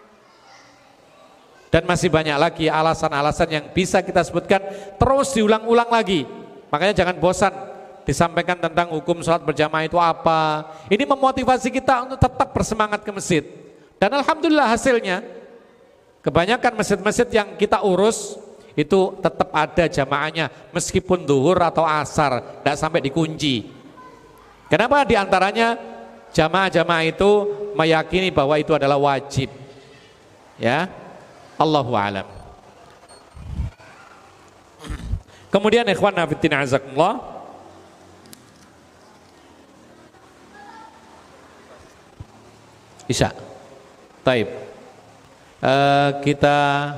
Speaker 1: Dan masih banyak lagi alasan-alasan yang bisa kita sebutkan, terus diulang-ulang lagi. Makanya jangan bosan disampaikan tentang hukum sholat berjamaah itu apa. Ini memotivasi kita untuk tetap bersemangat ke masjid. Dan alhamdulillah hasilnya, kebanyakan masjid-masjid yang kita urus itu tetap ada jamaahnya, meskipun duhur atau asar, tidak sampai dikunci. Kenapa? Di antaranya jamaah-jamaah itu meyakini bahwa itu adalah wajib. Ya, Allahu a'lam. Kemudian ikhwan fillah azakumullah, Isya. Taib. Kita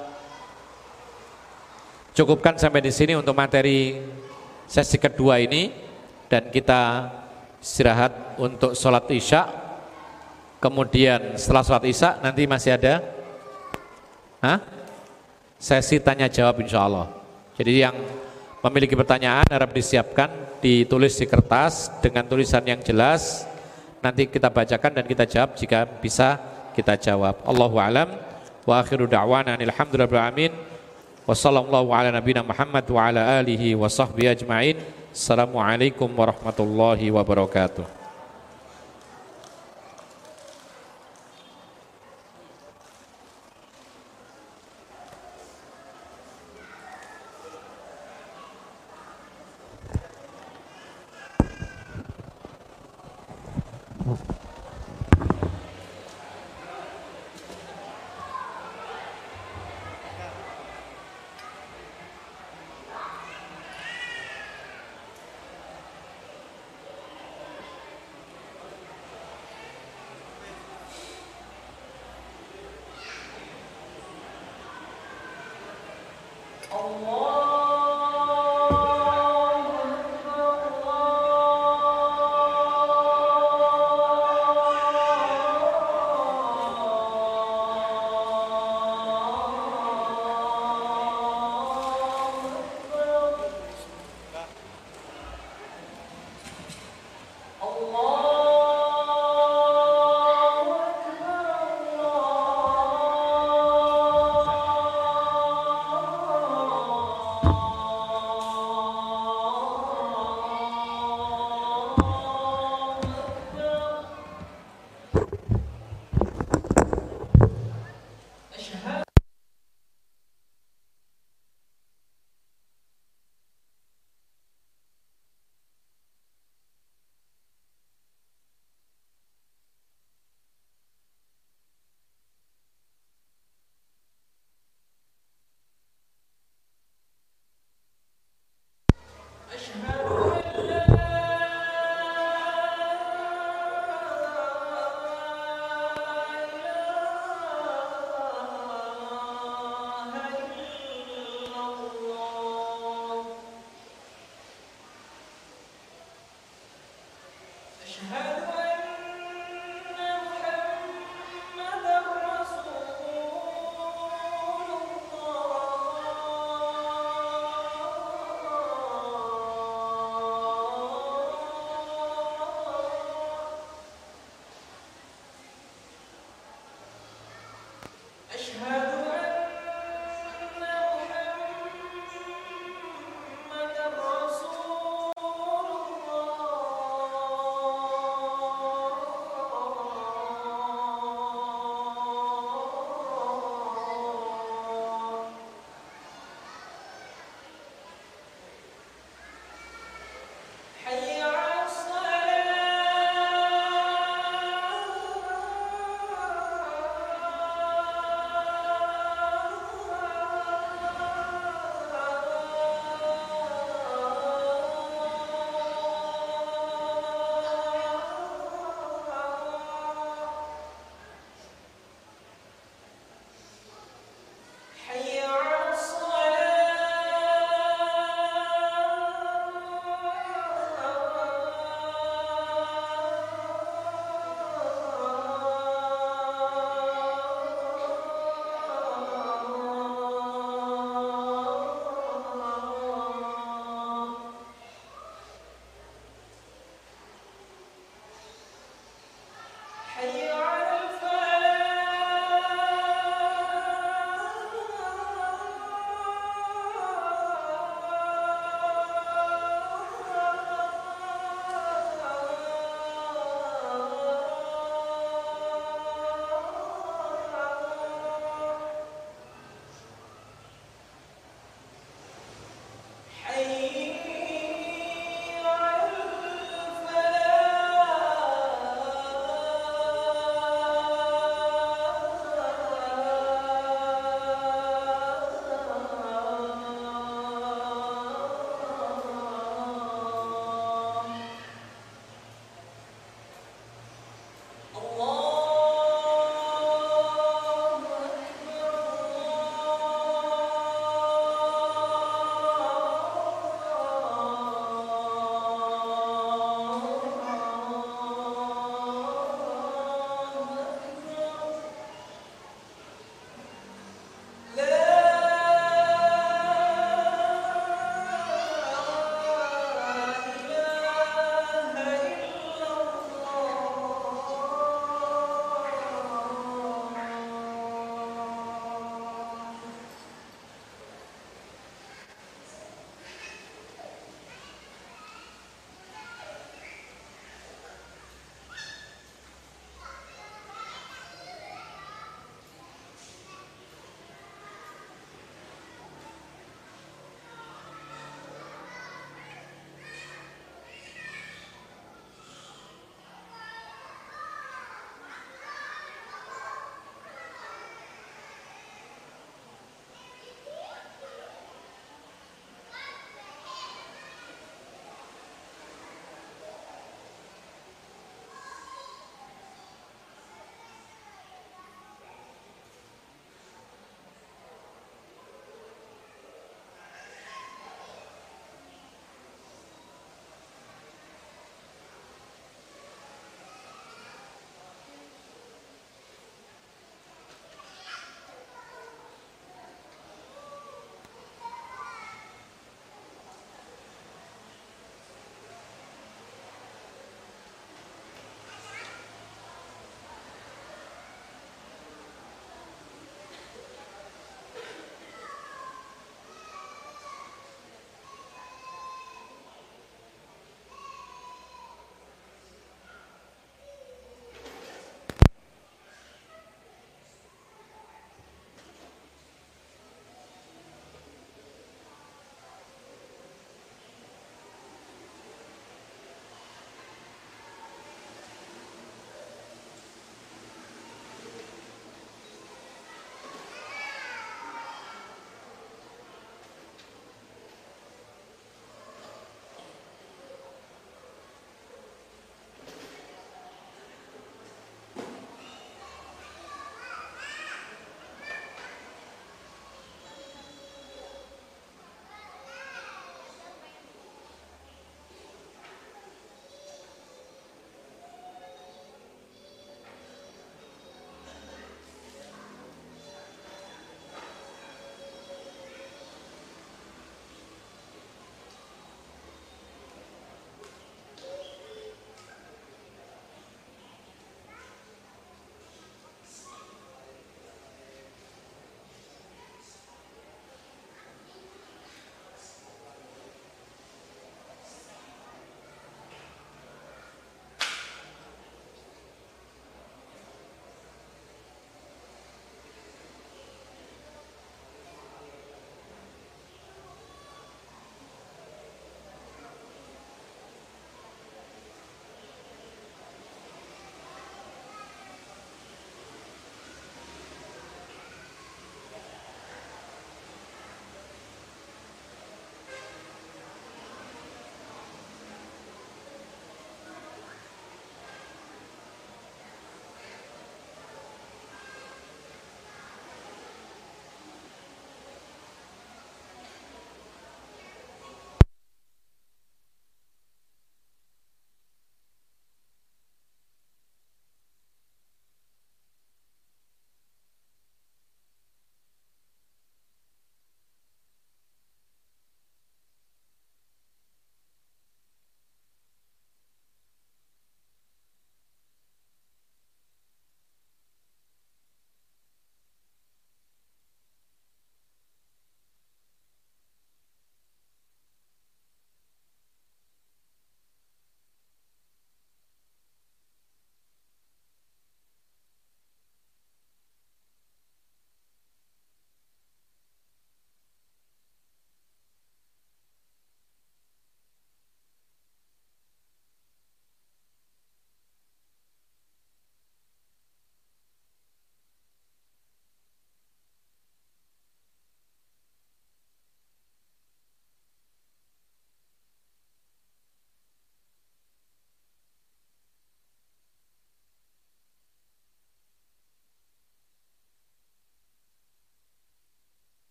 Speaker 1: cukupkan sampai di sini untuk materi sesi kedua ini, dan kita istirahat untuk sholat Isya. Kemudian setelah sholat Isya nanti masih ada sesi tanya jawab insya Allah. Jadi yang memiliki pertanyaan harap disiapkan, ditulis di kertas dengan tulisan yang jelas. Nanti kita bacakan dan kita jawab jika bisa kita jawab. Allahu a'lam wa akhiru da'wana alhamdulillahil alamin. Wassallallahu ala nabiyina Muhammad wa ala alihi wa sahbihi ajma'in. Assalamualaikum warahmatullahi wabarakatuh.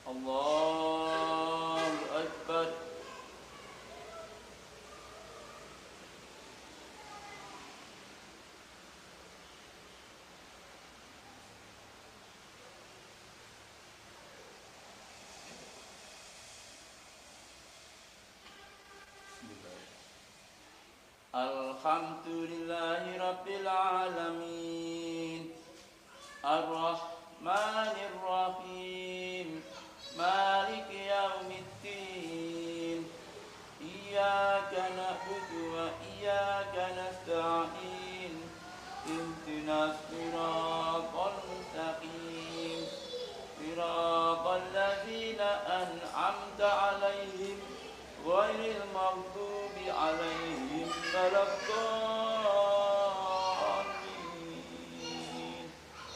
Speaker 2: Allahu Akbar. Alhamdulillahi Rabbil Alamin, Ar-Rahmanir Rahim, Maliki Yawmiddin. Iyyaka na'budu wa iyyaka nasta'in. Ihdinas siratal mustaqim, siratal ladzina an'amta 'alaihim ghairil maghdubi 'alaihim waladdallin.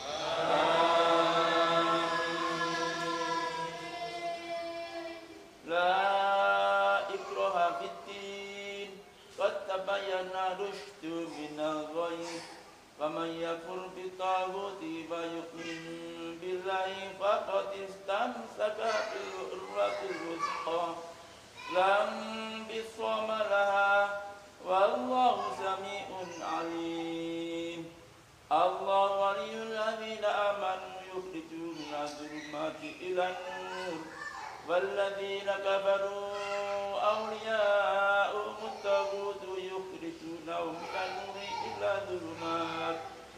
Speaker 2: La ikraha fid-din, qad tabayyana rusydu minal ghayy. Faman yakfur bit-taghuti wa yu'min billahi faqad istamsaka bil urwatil wuthqa. Lam bisama laha wallahu sami'un alim. Allahu waliyul ladzina amanu yukhrijuhum minadh dhulumati ilan nur walladzina kafaru awliya'uhum at-taghut yukhrijunahum minan nuri ila dhulumat.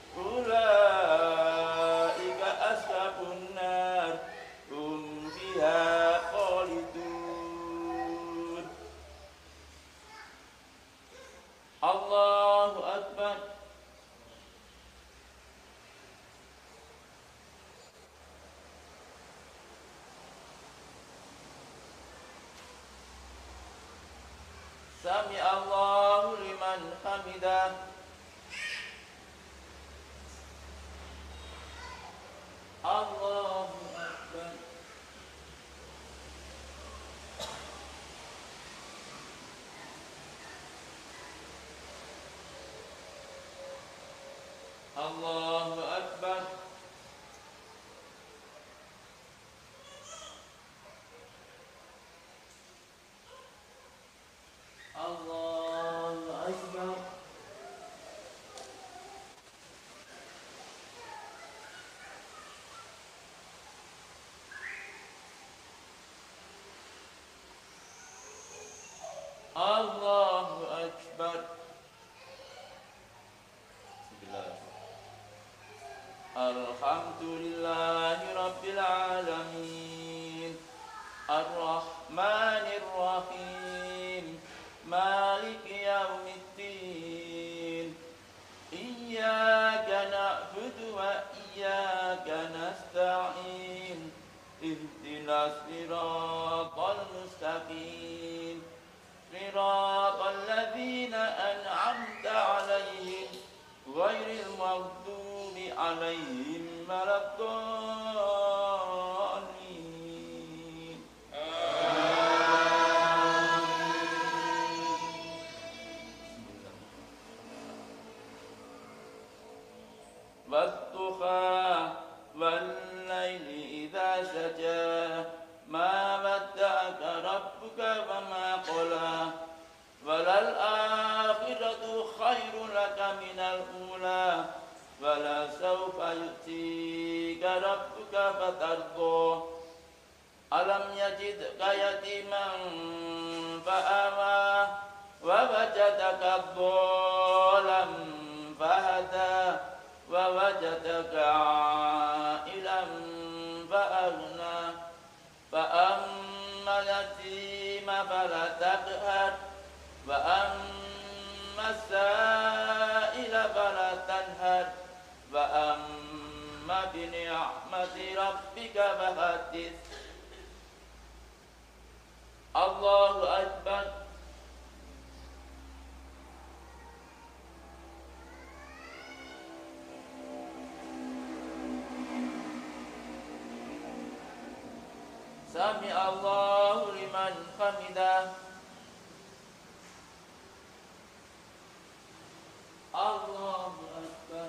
Speaker 2: Ulaika ashabun nar hum fiha khalidun. Allahu Akbar. Sami Allahu liman hamidah. Allahu Akbar. Allahu Akbar. Allahu Akbar. Allahu Akbar. Alhamdulillahi Rabbil Alamin, Ar-Rahmanir Rahim, Maliki Yawmiddin. Iyyaka na'budu wa iyyaka nasta'in. Ihdinas siratal mustaqim, siratal ladzina an'amta 'alaihim ghairil maghdubi 'alaihim waladdallin. Wadduha wal-laili idza saja, ma wadda'aka rabbuka wa ma qala, walal akhiratu khairun laka minal ula, wala sawfa yu'tika rabbuka fatardha. Alam yajidka yatiman fa'awa, wa wajadaka dhalam fahada, wa wajadaka 'ailan fa'aghna. Fa'amma yatima fala taqhar, wa amma as-sa'ila fala tanhar, wa amma bi ni'mati rabbika fahaddits. Allahu Akbar. Sami Allahu liman hamidah. Allahu Akbar.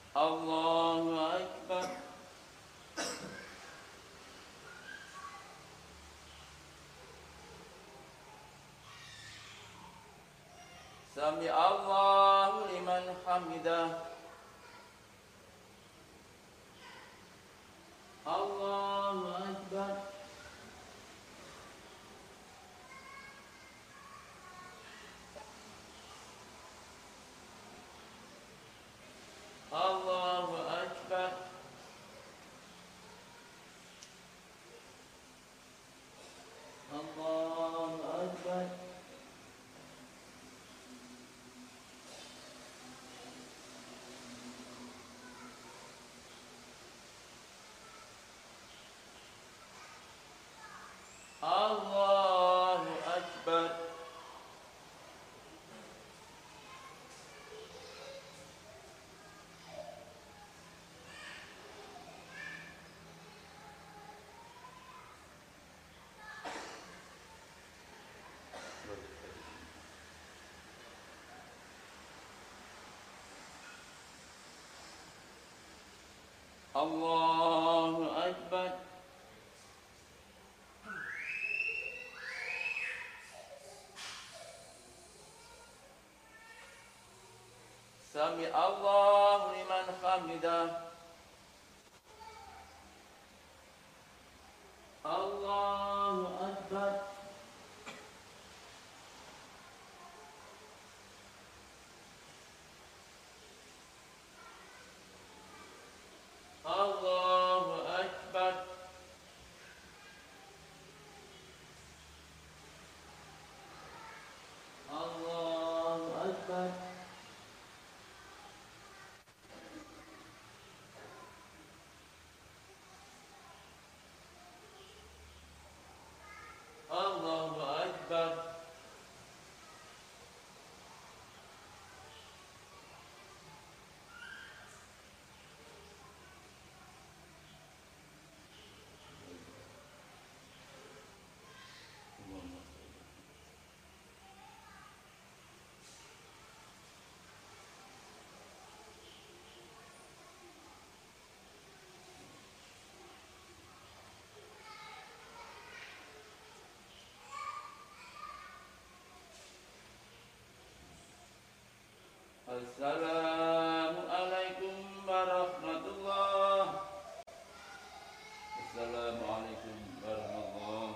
Speaker 2: Allahu Akbar. Sami Allahu liman hamidah. Allahu Akbar. Allahu Akbar. Allahu Akbar. Allahu Akbar. Allahu Akbar. Sami Allahu liman hamidah. Allahu Akbar. Allahu Akbar. Allahu Akbar. Allahu Akbar. Assalamualaikum warahmatullah. Assalamualaikum warahmatullah.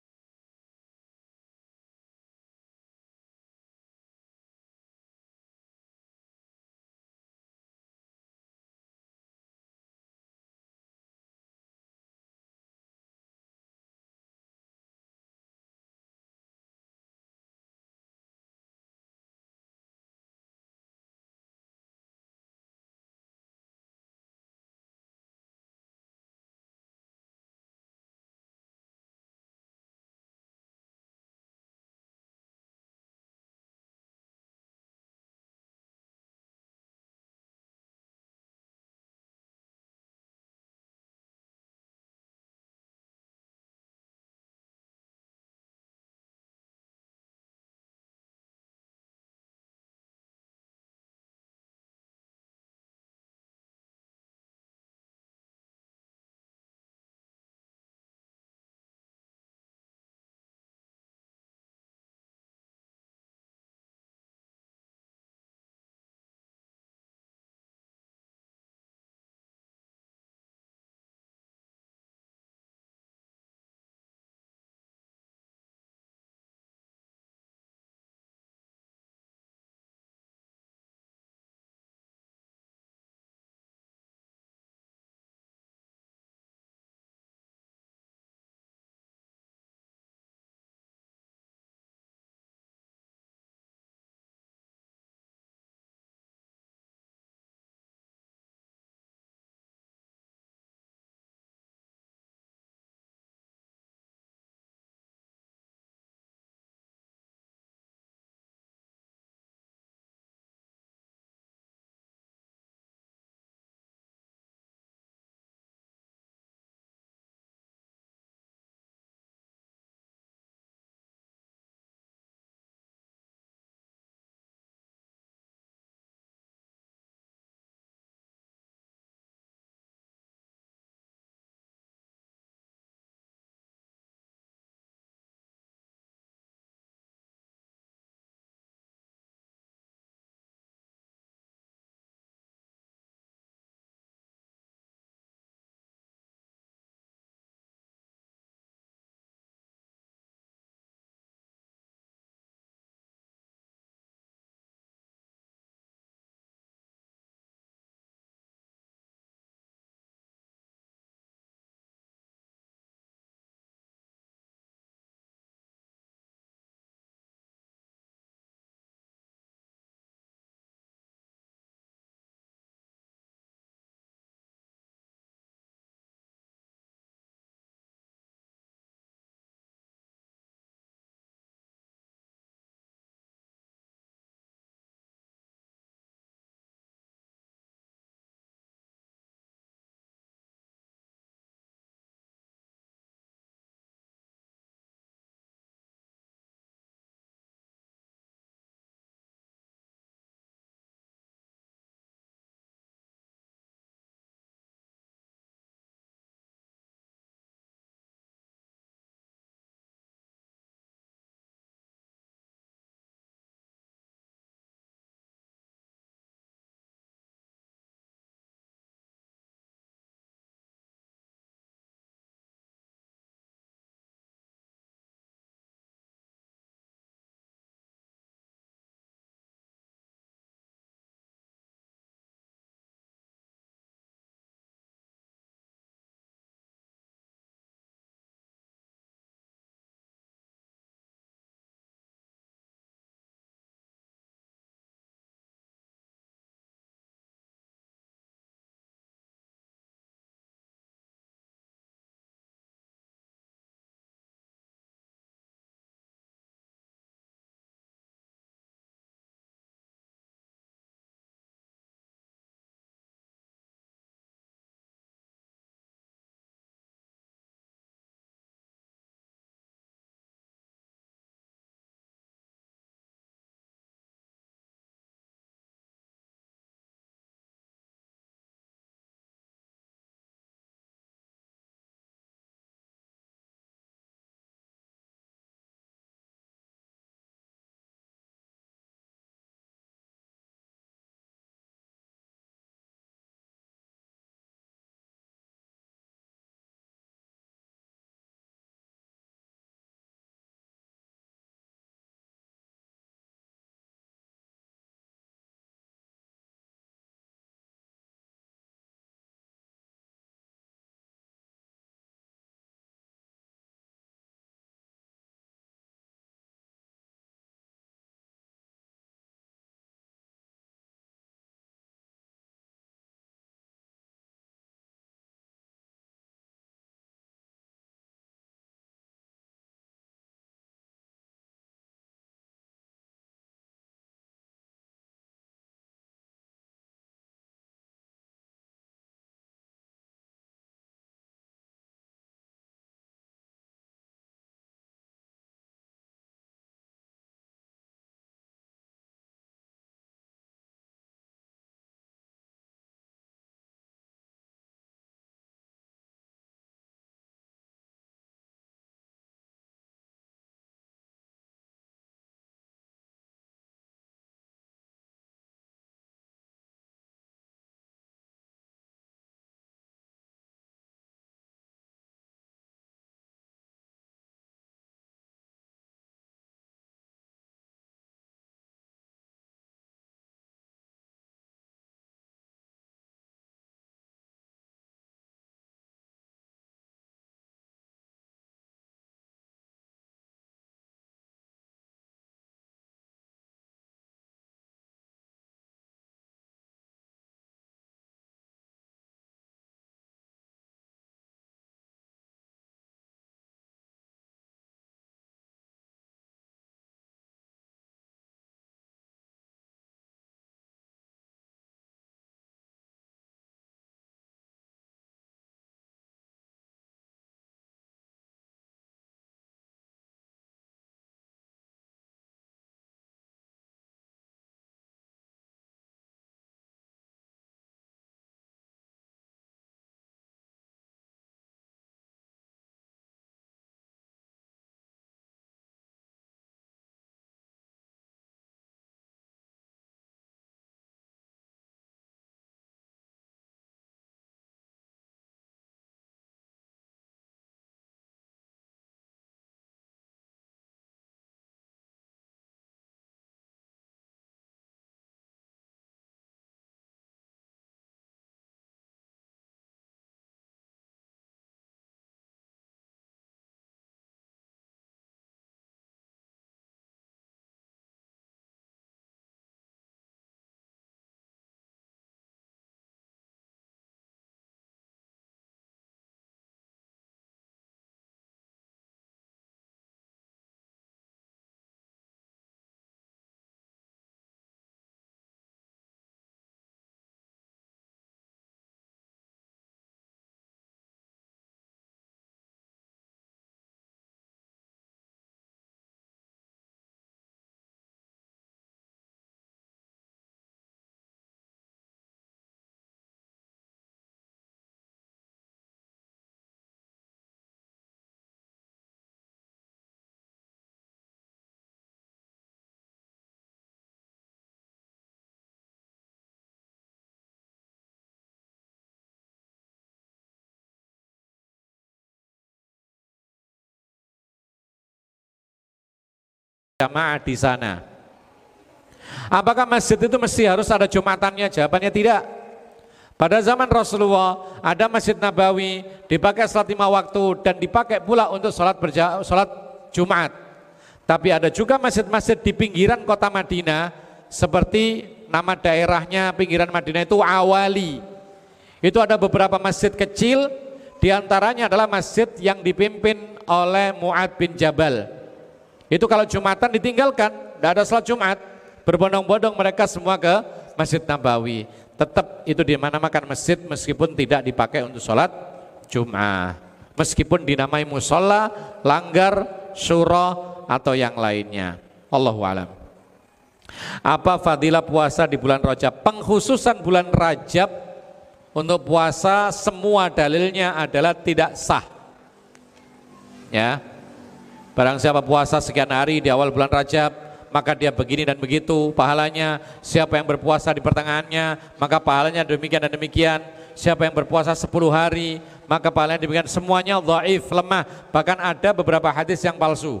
Speaker 1: jamaah di sana. Apakah masjid itu mesti harus ada Jumatannya? Jawabannya tidak. Pada zaman Rasulullah ada Masjid Nabawi dipakai salat 5 waktu dan dipakai pula untuk salat Jumat. Tapi ada juga masjid-masjid di pinggiran kota Madinah, seperti nama daerahnya pinggiran Madinah itu Awali. Itu ada beberapa masjid kecil, diantaranya adalah masjid yang dipimpin oleh Mu'ad bin Jabal. Itu kalau Jumatan ditinggalkan, tidak ada salat Jumat, berbondong-bondong mereka semua ke Masjid Nabawi. Tetap itu dinamakan masjid meskipun tidak dipakai untuk sholat Jum'ah, meskipun dinamai musola, langgar, syura atau yang lainnya. Allahu a'lam. Apa fadilah puasa di bulan Rajab? Pengkhususan bulan Rajab untuk puasa semua dalilnya adalah tidak sah. Ya, barang siapa puasa sekian hari di awal bulan Rajab, maka dia begini dan begitu pahalanya. Siapa yang berpuasa di pertengahannya, maka pahalanya demikian dan demikian. Siapa yang berpuasa 10 hari, maka pahalanya demikian. Semuanya dhaif, lemah. Bahkan ada beberapa hadis yang palsu.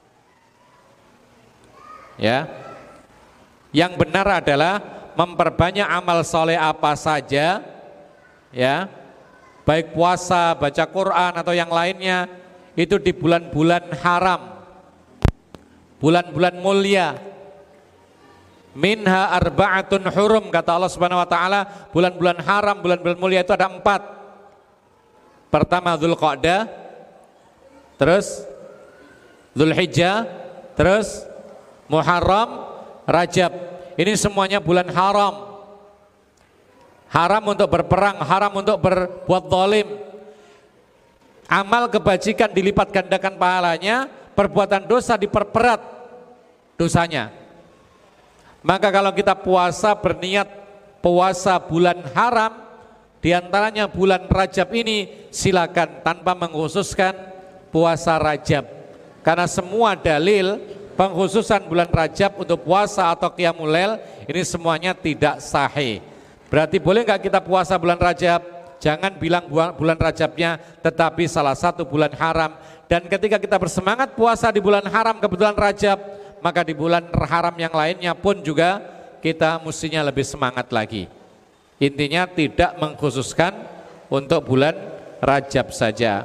Speaker 1: Ya, yang benar adalah memperbanyak amal soleh apa saja, ya, baik puasa, baca Quran atau yang lainnya, itu di bulan-bulan haram, bulan-bulan mulia. Minha arba'atun hurum, kata Allah Subhanahu wa taala, bulan-bulan haram, bulan-bulan mulia itu ada 4. Pertama Dzulqa'dah, terus Dzulhijjah, terus Muharram, Rajab. Ini semuanya bulan haram. Haram untuk berperang, haram untuk berbuat zalim. Amal kebajikan dilipat gandakan pahalanya, perbuatan dosa diperberat dosanya. Maka kalau kita puasa berniat puasa bulan haram, diantaranya bulan Rajab ini, silakan tanpa mengkhususkan puasa Rajab, karena semua dalil pengkhususan bulan Rajab untuk puasa atau qiyamul lail ini semuanya tidak sahih. Berarti boleh nggak kita puasa bulan Rajab? Jangan bilang bulan Rajabnya, tetapi salah satu bulan haram. Dan ketika kita bersemangat puasa di bulan haram kebetulan Rajab, maka di bulan haram yang lainnya pun juga kita mestinya lebih semangat lagi. Intinya tidak mengkhususkan untuk bulan Rajab saja.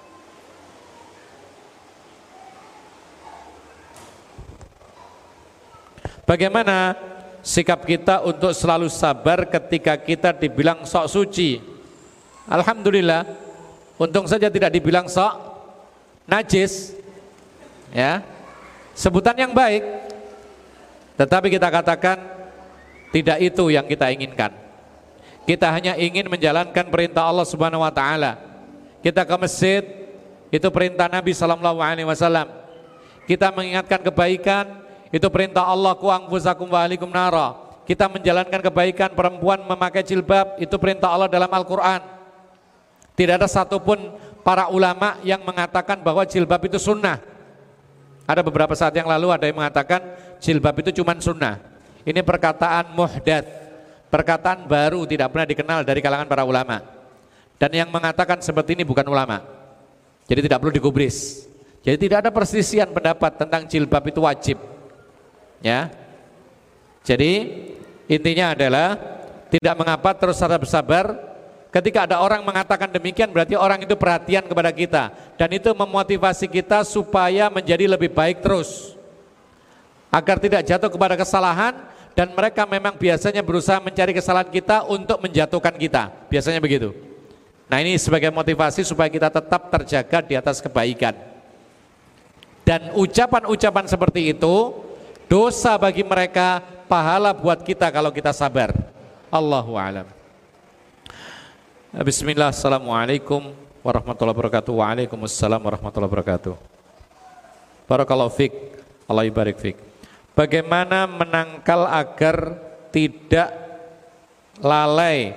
Speaker 1: Bagaimana sikap kita untuk selalu sabar ketika kita dibilang sok suci? Alhamdulillah, untung saja tidak dibilang sok najis, ya, sebutan yang baik. Tetapi kita katakan tidak itu yang kita inginkan. Kita hanya ingin menjalankan perintah Allah Subhanahu wa taala. Kita ke masjid, itu perintah Nabi sallallahu alaihi wasallam. Kita mengingatkan kebaikan, itu perintah Allah, qu anfusakum wa ahlikum nara. Kita menjalankan kebaikan, perempuan memakai jilbab, itu perintah Allah dalam Al-Qur'an. Tidak ada satupun para ulama yang mengatakan bahwa jilbab itu sunnah. Ada beberapa saat yang lalu ada yang mengatakan jilbab itu cuma sunnah. Ini perkataan muhdats, perkataan baru, tidak pernah dikenal dari kalangan para ulama. Dan yang mengatakan seperti ini bukan ulama, jadi tidak perlu digubris. Jadi tidak ada perselisihan pendapat tentang jilbab itu wajib, ya. Jadi intinya adalah tidak mengapa, terus bersabar. Ketika ada orang mengatakan demikian, berarti orang itu perhatian kepada kita, dan itu memotivasi kita supaya menjadi lebih baik terus, agar tidak jatuh kepada kesalahan. Dan mereka memang biasanya berusaha mencari kesalahan kita untuk menjatuhkan kita, biasanya begitu. Nah, ini sebagai motivasi supaya kita tetap terjaga di atas kebaikan. Dan ucapan-ucapan seperti itu dosa bagi mereka, pahala buat kita kalau kita sabar. Allahu a'lam. Bismillah, assalamualaikum warahmatullahi wabarakatuh. Waalaikumsalam warahmatullahi wabarakatuh. Barakallahu fiik, Allah ibarik fiik. Bagaimana menangkal agar tidak lalai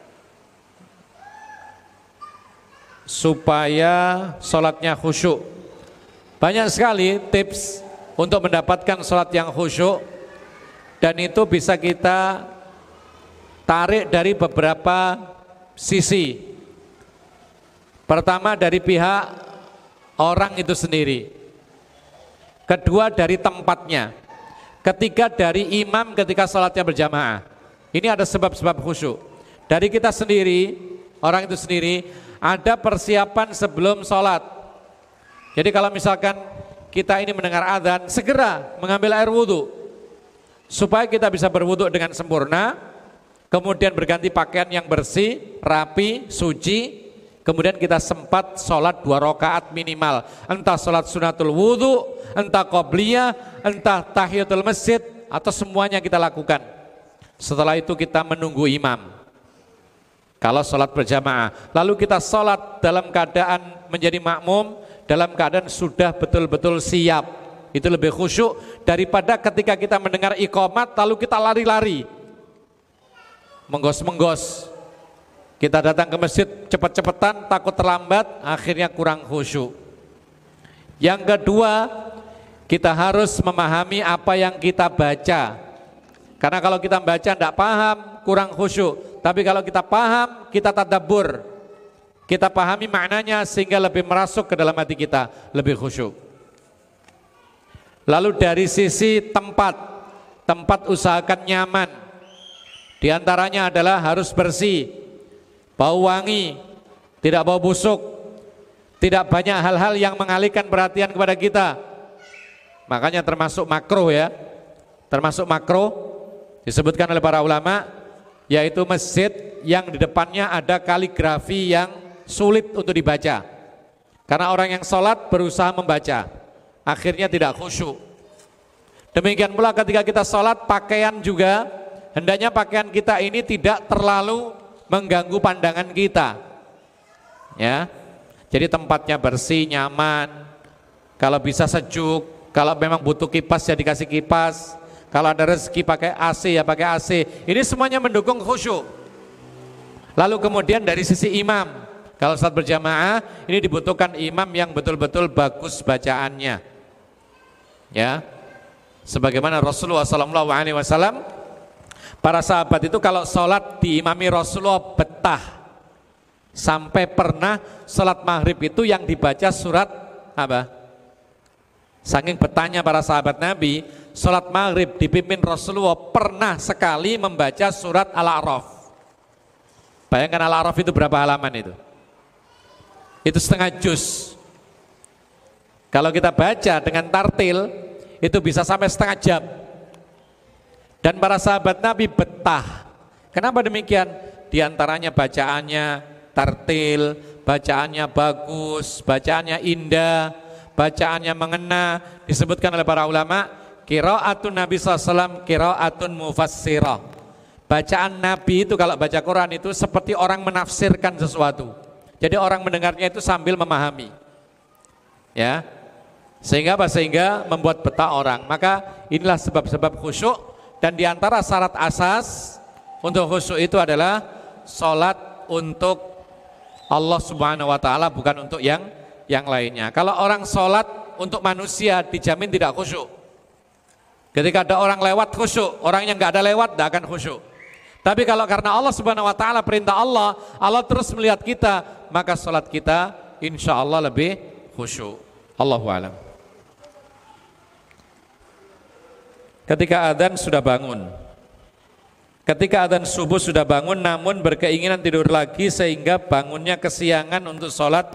Speaker 1: supaya sholatnya khusyuk? Banyak sekali tips untuk mendapatkan sholat yang khusyuk, dan itu bisa kita tarik dari beberapa sisi. Pertama dari pihak orang itu sendiri. kedua dari tempatnya, ketiga dari imam ketika sholatnya berjamaah. Ini ada sebab-sebab khusyuk. Dari kita sendiri, orang itu sendiri, ada persiapan sebelum sholat. Jadi kalau misalkan kita ini mendengar adzan, segera mengambil air wudhu supaya kita bisa berwudhu dengan sempurna, kemudian berganti pakaian yang bersih, rapi, suci. Kemudian kita sempat sholat 2 rakaat minimal, entah sholat sunatul wudhu, entah qobliyah, entah tahiyatul masjid, atau semuanya kita lakukan. Setelah itu kita menunggu imam kalau sholat berjamaah, lalu kita sholat dalam keadaan menjadi makmum, dalam keadaan sudah betul-betul siap. Itu lebih khusyuk daripada ketika kita mendengar iqamat lalu kita lari-lari, menggos-menggos. Kita datang ke masjid cepet-cepetan, takut terlambat, akhirnya kurang khusyuk. Yang kedua, kita harus memahami apa yang kita baca. Karena kalau kita baca tidak paham, kurang khusyuk. Tapi kalau kita paham, kita tadabbur, kita pahami maknanya sehingga lebih merasuk ke dalam hati kita, lebih khusyuk. Lalu dari sisi tempat usahakan nyaman. Di antaranya adalah harus bersih, bau wangi, tidak bau busuk, tidak banyak hal-hal yang mengalihkan perhatian kepada kita. Makanya termasuk makruh ya, termasuk makruh disebutkan oleh para ulama, yaitu masjid yang di depannya ada kaligrafi yang sulit untuk dibaca. Karena orang yang sholat berusaha membaca, akhirnya tidak khusyuk. Demikian pula ketika kita sholat, pakaian juga, hendaknya pakaian kita ini tidak terlalu mengganggu pandangan kita, ya. Jadi tempatnya bersih, nyaman, kalau bisa sejuk, kalau memang butuh kipas ya dikasih kipas, kalau ada rezeki pakai AC ya pakai AC. Ini semuanya mendukung khusyuk. Lalu kemudian dari sisi imam, kalau saat berjamaah ini dibutuhkan imam yang betul-betul bagus bacaannya, ya. Sebagaimana Rasulullah SAW, para sahabat itu kalau sholat diimami Rasulullah betah, sampai pernah sholat maghrib itu yang dibaca surat apa? Saking betahnya para sahabat Nabi, sholat maghrib dipimpin Rasulullah pernah sekali membaca surat Al-A'raf. Bayangkan Al-A'raf itu berapa halaman itu? Itu setengah juz. Kalau kita baca dengan tartil, itu bisa sampai setengah jam. Dan para sahabat Nabi betah. Kenapa demikian? Di antaranya bacaannya tartil, bacaannya bagus, bacaannya indah, bacaannya mengena. Disebutkan oleh para ulama, qiraatun Nabi SAW qiraatun mufassirah. Bacaan Nabi itu kalau baca Quran itu seperti orang menafsirkan sesuatu. Jadi orang mendengarnya itu sambil memahami. Ya. Sehingga apa? Sehingga membuat betah orang. Maka inilah sebab-sebab khusyuk. Dan diantara syarat asas untuk khusyuk itu adalah sholat untuk Allah Subhanahu Wa Taala, bukan untuk yang lainnya. Kalau orang sholat untuk manusia dijamin tidak khusyuk. Ketika ada orang lewat khusyuk, orang yang nggak ada lewat tidak akan khusyuk. Tapi kalau karena Allah Subhanahu Wa Taala, perintah Allah, Allah terus melihat kita, maka sholat kita insya Allah lebih khusyuk. Allahu a'lam. Ketika adzan sudah bangun, ketika adzan subuh sudah bangun namun berkeinginan tidur lagi sehingga bangunnya kesiangan untuk sholat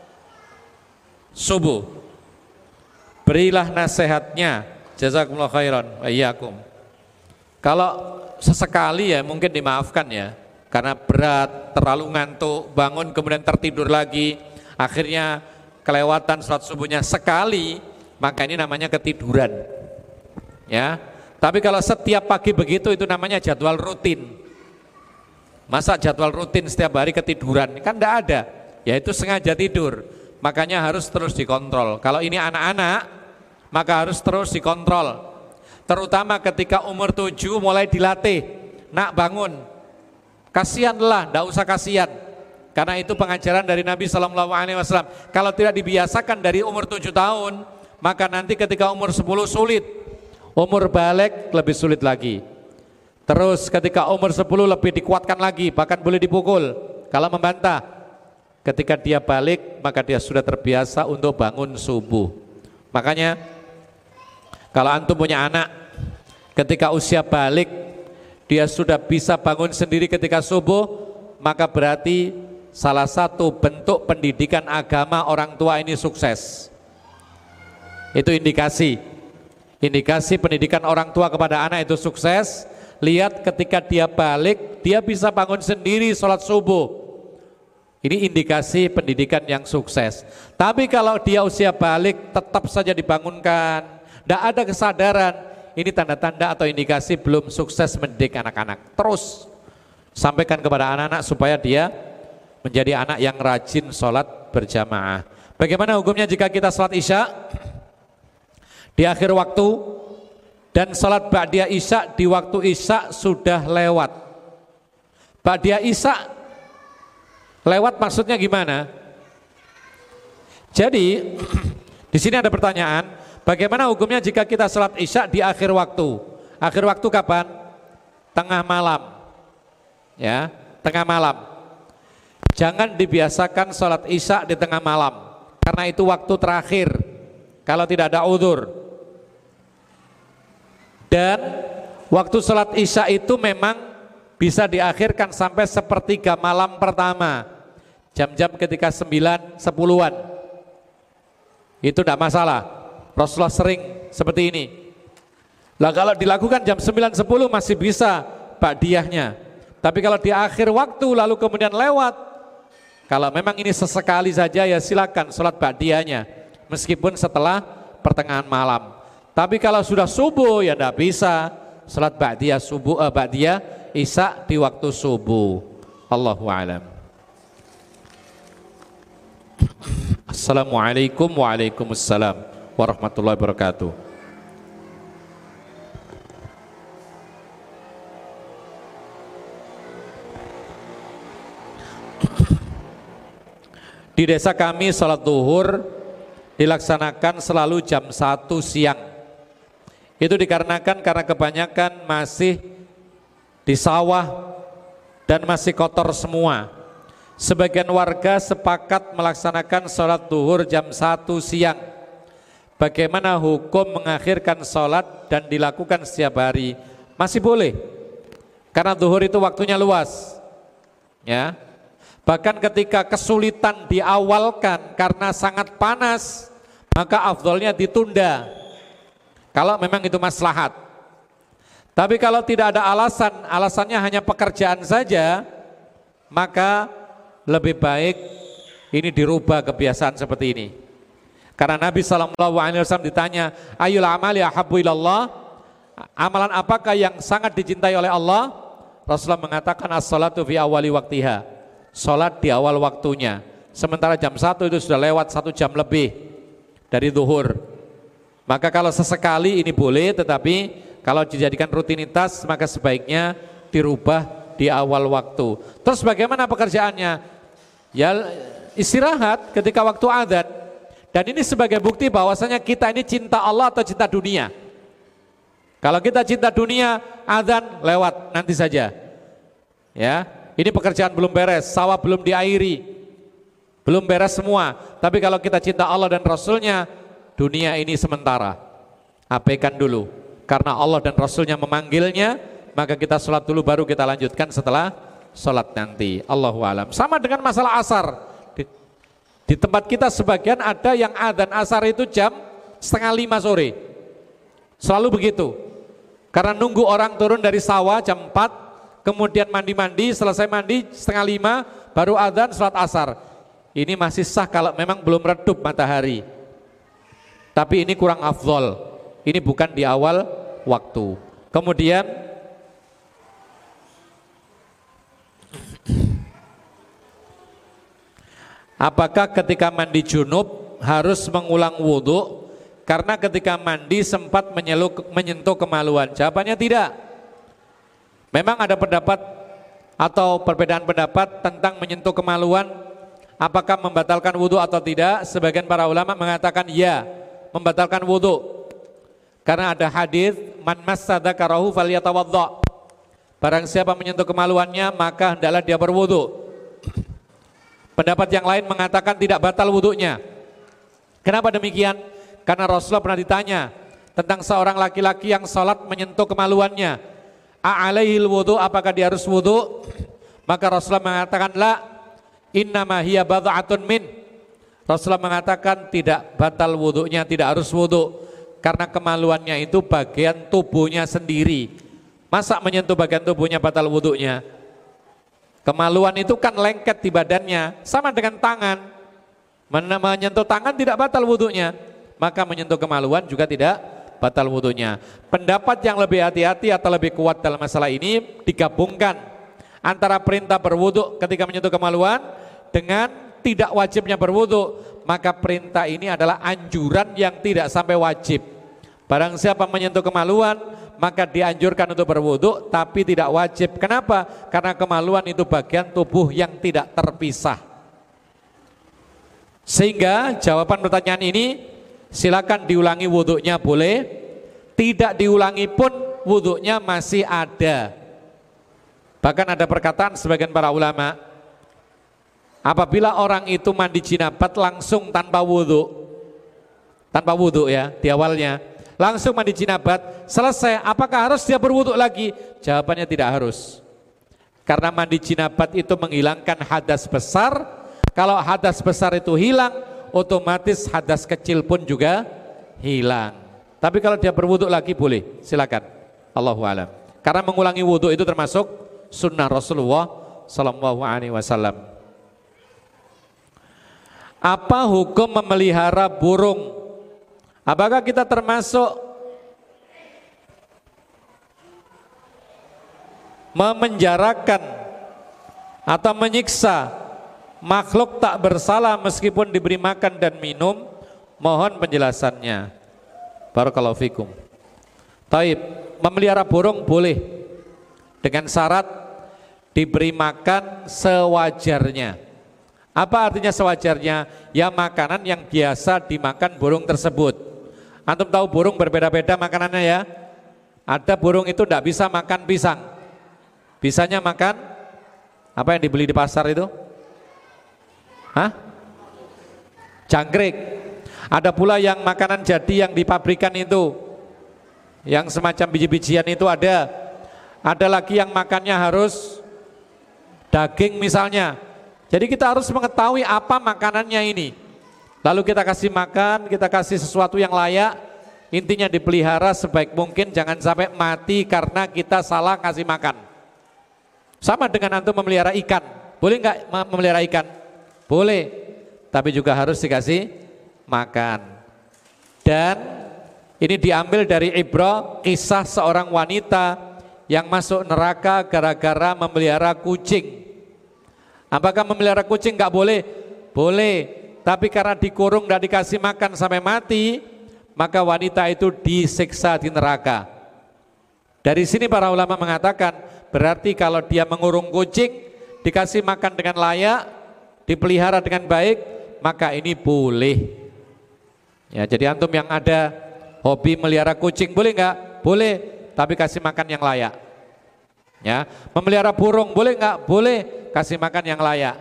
Speaker 1: subuh, berilah nasihatnya, jazakumullah khairan wa iyyakum. Kalau sesekali ya mungkin dimaafkan ya, karena berat, terlalu ngantuk, bangun kemudian tertidur lagi, akhirnya kelewatan sholat subuhnya sekali, maka ini namanya ketiduran. Ya, tapi kalau setiap pagi begitu itu namanya jadwal rutin. Masa jadwal rutin setiap hari ketiduran? Kan tidak ada. Ya itu sengaja tidur. Makanya harus terus dikontrol. Kalau ini anak-anak, maka harus terus dikontrol. Terutama ketika umur 7 mulai dilatih. Nak bangun. Kasihanlah, tidak usah kasihan. Karena itu pengajaran dari Nabi SAW. Kalau tidak dibiasakan dari umur 7 tahun, maka nanti ketika umur 10 sulit. Umur balik lebih sulit lagi. Terus ketika umur 10 lebih dikuatkan lagi, bahkan boleh dipukul kalau membantah. Ketika dia balik maka dia sudah terbiasa untuk bangun subuh. Makanya Kalau antum punya anak, ketika usia balik dia sudah bisa bangun sendiri ketika subuh, maka berarti salah satu bentuk pendidikan agama orang tua ini sukses. Itu indikasi pendidikan orang tua kepada anak itu sukses. Lihat ketika dia balik, dia bisa bangun sendiri sholat subuh. Ini indikasi pendidikan yang sukses. Tapi kalau dia usia balik tetap saja dibangunkan, tidak ada kesadaran, ini tanda-tanda atau indikasi belum sukses mendidik anak-anak. Terus sampaikan kepada anak-anak supaya dia menjadi anak yang rajin sholat berjamaah. Bagaimana hukumnya jika kita sholat isya di akhir waktu dan sholat ba'diyah isya di waktu isya sudah lewat? Ba'diyah isya lewat maksudnya gimana? Jadi di sini ada pertanyaan, bagaimana hukumnya jika kita sholat isya di akhir waktu? Akhir waktu kapan? Tengah malam. Ya, tengah malam. Jangan dibiasakan sholat isya di tengah malam, karena itu waktu terakhir kalau tidak ada uzur. Dan waktu sholat isya itu memang bisa diakhirkan sampai sepertiga malam pertama, jam-jam ketika 9, 10-an. Itu tidak masalah, Rasulullah sering seperti ini. Lah kalau dilakukan jam 9, 10 masih bisa ba'diyahnya. Tapi kalau di akhir waktu lalu kemudian lewat, kalau memang ini sesekali saja ya silakan sholat ba'diyahnya, meskipun setelah pertengahan malam. Tapi kalau sudah subuh ya tidak bisa sholat ba'diyah subuh, ba'diyah isya di waktu subuh. Allahu a'lam. Assalamualaikum waalaikumsalam warahmatullahi wabarakatuh. Di desa kami sholat zuhur dilaksanakan selalu jam 1 siang. Itu dikarenakan karena kebanyakan masih di sawah dan masih kotor semua. Sebagian warga sepakat melaksanakan sholat zuhur jam 1 siang. Bagaimana hukum mengakhirkan sholat dan dilakukan setiap hari? Masih boleh, karena zuhur itu waktunya luas. Ya. Bahkan ketika kesulitan diawalkan karena sangat panas, maka afdolnya ditunda kalau memang itu maslahat. Tapi kalau tidak ada alasan, alasannya hanya pekerjaan saja, maka lebih baik ini dirubah kebiasaan seperti ini. Karena Nabi SAW ditanya, ayul amali ahabbu ilallah, amalan apakah yang sangat dicintai oleh Allah? Rasulullah mengatakan as-salatu fi awali waktiha, sholat di awal waktunya. Sementara jam 1 itu sudah lewat 1 jam lebih dari zuhur. Maka kalau sesekali ini boleh, tetapi kalau dijadikan rutinitas maka sebaiknya dirubah di awal waktu. Terus bagaimana pekerjaannya? Ya istirahat ketika waktu adzan. Dan ini sebagai bukti bahwasanya kita ini cinta Allah atau cinta dunia. Kalau kita cinta dunia, adzan lewat nanti saja. Ya, ini pekerjaan belum beres, sawah belum diairi, belum beres semua. Tapi kalau kita cinta Allah dan Rasulnya, dunia ini sementara, abaikan dulu. Karena Allah dan Rasulnya memanggilnya, maka kita sholat dulu baru kita lanjutkan setelah sholat nanti. Allahu a'lam. Sama dengan masalah asar. Di tempat kita sebagian ada yang adzan asar itu jam 4:30 sore. Selalu begitu. Karena nunggu orang turun dari sawah jam 4, kemudian mandi-mandi, selesai mandi 4:30, baru adzan sholat asar. Ini masih sah kalau memang belum redup matahari. Tapi ini kurang afdol. Ini bukan di awal waktu. Kemudian apakah ketika mandi junub harus mengulang wudhu karena ketika mandi sempat menyentuh kemaluan? Jawabannya tidak. Memang ada pendapat atau perbedaan pendapat tentang menyentuh kemaluan, apakah membatalkan wudhu atau tidak. Sebagian para ulama mengatakan ya, membatalkan wudhu. Karena ada hadis man massa dzakarahu falyatawadda. Barang siapa menyentuh kemaluannya maka hendaklah dia berwudhu. Pendapat yang lain mengatakan tidak batal wudhunya. Kenapa demikian? Karena Rasulullah pernah ditanya tentang seorang laki-laki yang sholat menyentuh kemaluannya. A'alaihil wudu, apakah dia harus wudu? Maka Rasulullah mengatakan la, innama hiya bad'atun min. Rasulullah mengatakan tidak batal wudunya, tidak harus wudu, karena kemaluannya itu bagian tubuhnya sendiri. Masa menyentuh bagian tubuhnya batal wudunya? Kemaluan itu kan lengket di badannya, sama dengan tangan. Menyentuh tangan tidak batal wudunya, maka menyentuh kemaluan juga tidak batal wudunya. Pendapat yang lebih hati-hati atau lebih kuat dalam masalah ini digabungkan antara perintah berwudu ketika menyentuh kemaluan dengan tidak wajibnya berwudu. Maka perintah ini adalah anjuran yang tidak sampai wajib. Barang siapa menyentuh kemaluan maka dianjurkan untuk berwudu tapi tidak wajib. Kenapa? Karena kemaluan itu bagian tubuh yang tidak terpisah. Sehingga jawaban pertanyaan ini, silakan diulangi wudunya boleh, tidak diulangi pun wudunya masih ada. Bahkan ada perkataan sebagian para ulama, apabila orang itu mandi jinabat langsung tanpa wudu ya di awalnya, langsung mandi jinabat, selesai, apakah harus dia berwudu lagi? Jawabannya tidak harus. Karena mandi jinabat itu menghilangkan hadas besar. Kalau hadas besar itu hilang, otomatis hadas kecil pun juga hilang. Tapi kalau dia berwudu lagi boleh, silakan. Allahu a'lam. Karena mengulangi wudu itu termasuk sunnah Rasulullah sallallahu alaihi wasallam. Apa hukum memelihara burung? Apakah kita termasuk memenjarakan atau menyiksa makhluk tak bersalah meskipun diberi makan dan minum? Mohon penjelasannya. Barakallahu fikum. Taib, memelihara burung boleh dengan syarat diberi makan sewajarnya. Apa artinya sewajarnya? Ya makanan yang biasa dimakan burung tersebut. Antum tahu burung berbeda-beda makanannya ya. Ada burung itu tidak bisa makan pisang, bisanya makan apa yang dibeli di pasar itu? Hah? Jangkrik. Ada pula yang makanan jadi yang di pabrikan itu, yang semacam biji-bijian itu ada. Ada lagi yang makannya harus daging misalnya. Jadi kita harus mengetahui apa makanannya ini. Lalu kita kasih makan, kita kasih sesuatu yang layak. Intinya dipelihara sebaik mungkin, jangan sampai mati karena kita salah kasih makan. Sama dengan antum memelihara ikan. Boleh nggak memelihara ikan? Boleh, tapi juga harus dikasih makan. Dan ini diambil dari ibrah kisah seorang wanita yang masuk neraka gara-gara memelihara kucing. Apakah memelihara kucing nggak boleh? Boleh, tapi karena dikurung dan dikasih makan sampai mati, maka wanita itu disiksa di neraka. Dari sini para ulama mengatakan, berarti kalau dia mengurung kucing, dikasih makan dengan layak, dipelihara dengan baik, maka ini boleh. Ya, jadi antum yang ada hobi melihara kucing boleh nggak? Boleh, tapi kasih makan yang layak. Ya, memelihara burung boleh nggak? Boleh, kasih makan yang layak.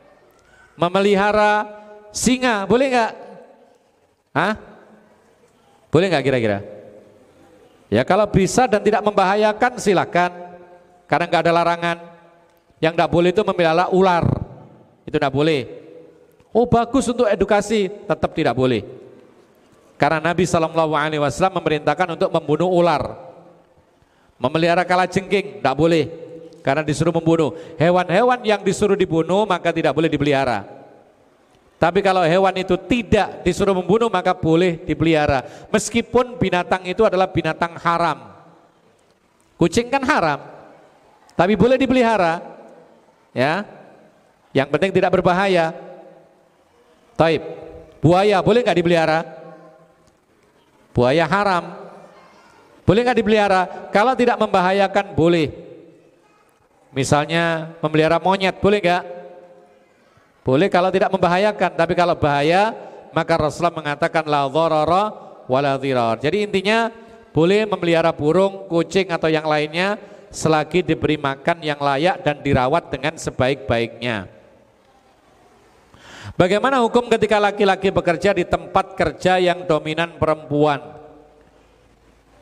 Speaker 1: Memelihara singa boleh nggak? Hah? Boleh nggak kira-kira? Ya kalau bisa dan tidak membahayakan silakan, karena nggak ada larangan. Yang nggak boleh itu memelihara ular. Itu tidak boleh. Oh bagus untuk edukasi, tetap tidak boleh. Karena Nabi SAW memerintahkan untuk membunuh ular. Memelihara kalajengking tidak boleh, karena disuruh membunuh. Hewan-hewan yang disuruh dibunuh maka tidak boleh dipelihara. Tapi kalau hewan itu tidak disuruh membunuh maka boleh dipelihara. Meskipun binatang itu adalah binatang haram. Kucing kan haram, tapi boleh dipelihara. Ya. Yang penting tidak berbahaya. Taib. Buaya boleh nggak dipelihara? Buaya haram. Boleh nggak dipelihara? Kalau tidak membahayakan boleh. Misalnya memelihara monyet boleh nggak? Boleh kalau tidak membahayakan. Tapi kalau bahaya maka Rasulullah mengatakan la dharara wala dhirar. Jadi intinya boleh memelihara burung, kucing atau yang lainnya selagi diberi makan yang layak dan dirawat dengan sebaik-baiknya. Bagaimana hukum ketika laki-laki bekerja di tempat kerja yang dominan perempuan?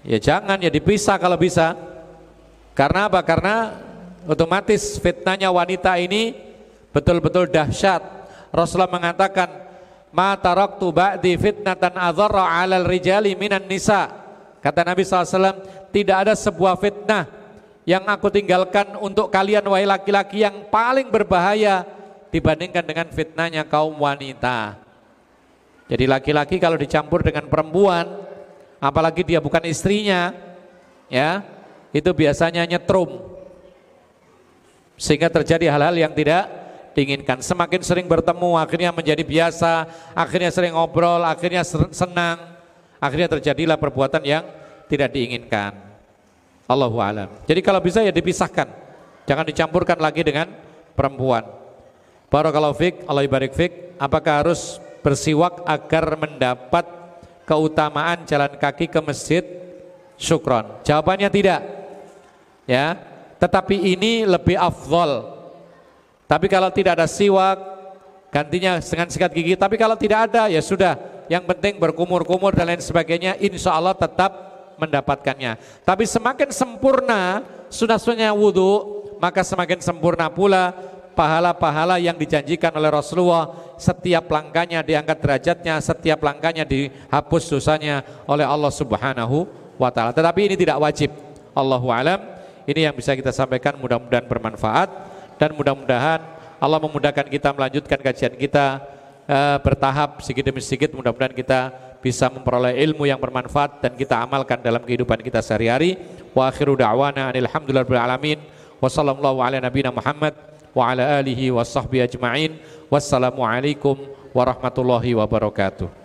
Speaker 1: Ya jangan, ya dipisah kalau bisa. Karena apa? Karena otomatis fitnahnya wanita ini betul-betul dahsyat. Rasulullah mengatakan, "Ma taraktu ba'di fitnatan adharra 'alal rijali minan nisa." Kata Nabi SAW, tidak ada sebuah fitnah yang aku tinggalkan untuk kalian wahai laki-laki yang paling berbahaya dibandingkan dengan fitnahnya kaum wanita. Jadi laki-laki kalau dicampur dengan perempuan, apalagi dia bukan istrinya, ya, itu biasanya nyetrum, sehingga terjadi hal-hal yang tidak diinginkan. Semakin sering bertemu, akhirnya menjadi biasa, akhirnya sering ngobrol, akhirnya senang, akhirnya terjadilah perbuatan yang tidak diinginkan. Allahu a'lam. Jadi kalau bisa ya dipisahkan, jangan dicampurkan lagi dengan perempuan. Barakallahu fik, Allah ibarik fik. Apakah harus bersiwak agar mendapat keutamaan jalan kaki ke masjid? Syukron. Jawabannya tidak. Ya, tetapi ini lebih afdol. Tapi kalau tidak ada siwak, gantinya dengan sikat gigi. Tapi kalau tidak ada, ya sudah. Yang penting berkumur-kumur dan lain sebagainya, insya Allah tetap mendapatkannya. Tapi semakin sempurna sunah-sunahnya wudhu, maka semakin sempurna pula pahala-pahala yang dijanjikan oleh Rasulullah. Setiap langkahnya diangkat derajatnya, setiap langkahnya dihapus dosanya oleh Allah Subhanahu wa ta'ala. Tetapi ini tidak wajib. Allahu a'lam. Ini yang bisa kita sampaikan, mudah-mudahan bermanfaat dan mudah-mudahan Allah memudahkan kita melanjutkan kajian kita bertahap sedikit demi sedikit. Mudah-mudahan kita bisa memperoleh ilmu yang bermanfaat dan kita amalkan dalam kehidupan kita sehari-hari. Wa akhiru da'wana alhamdulillahirabbil alamin. Wa sallallahu ala nabiyina Muhammad wa ala alihi wa sahbihi ajma'in. Wassalamualaikum warahmatullahi wabarakatuh.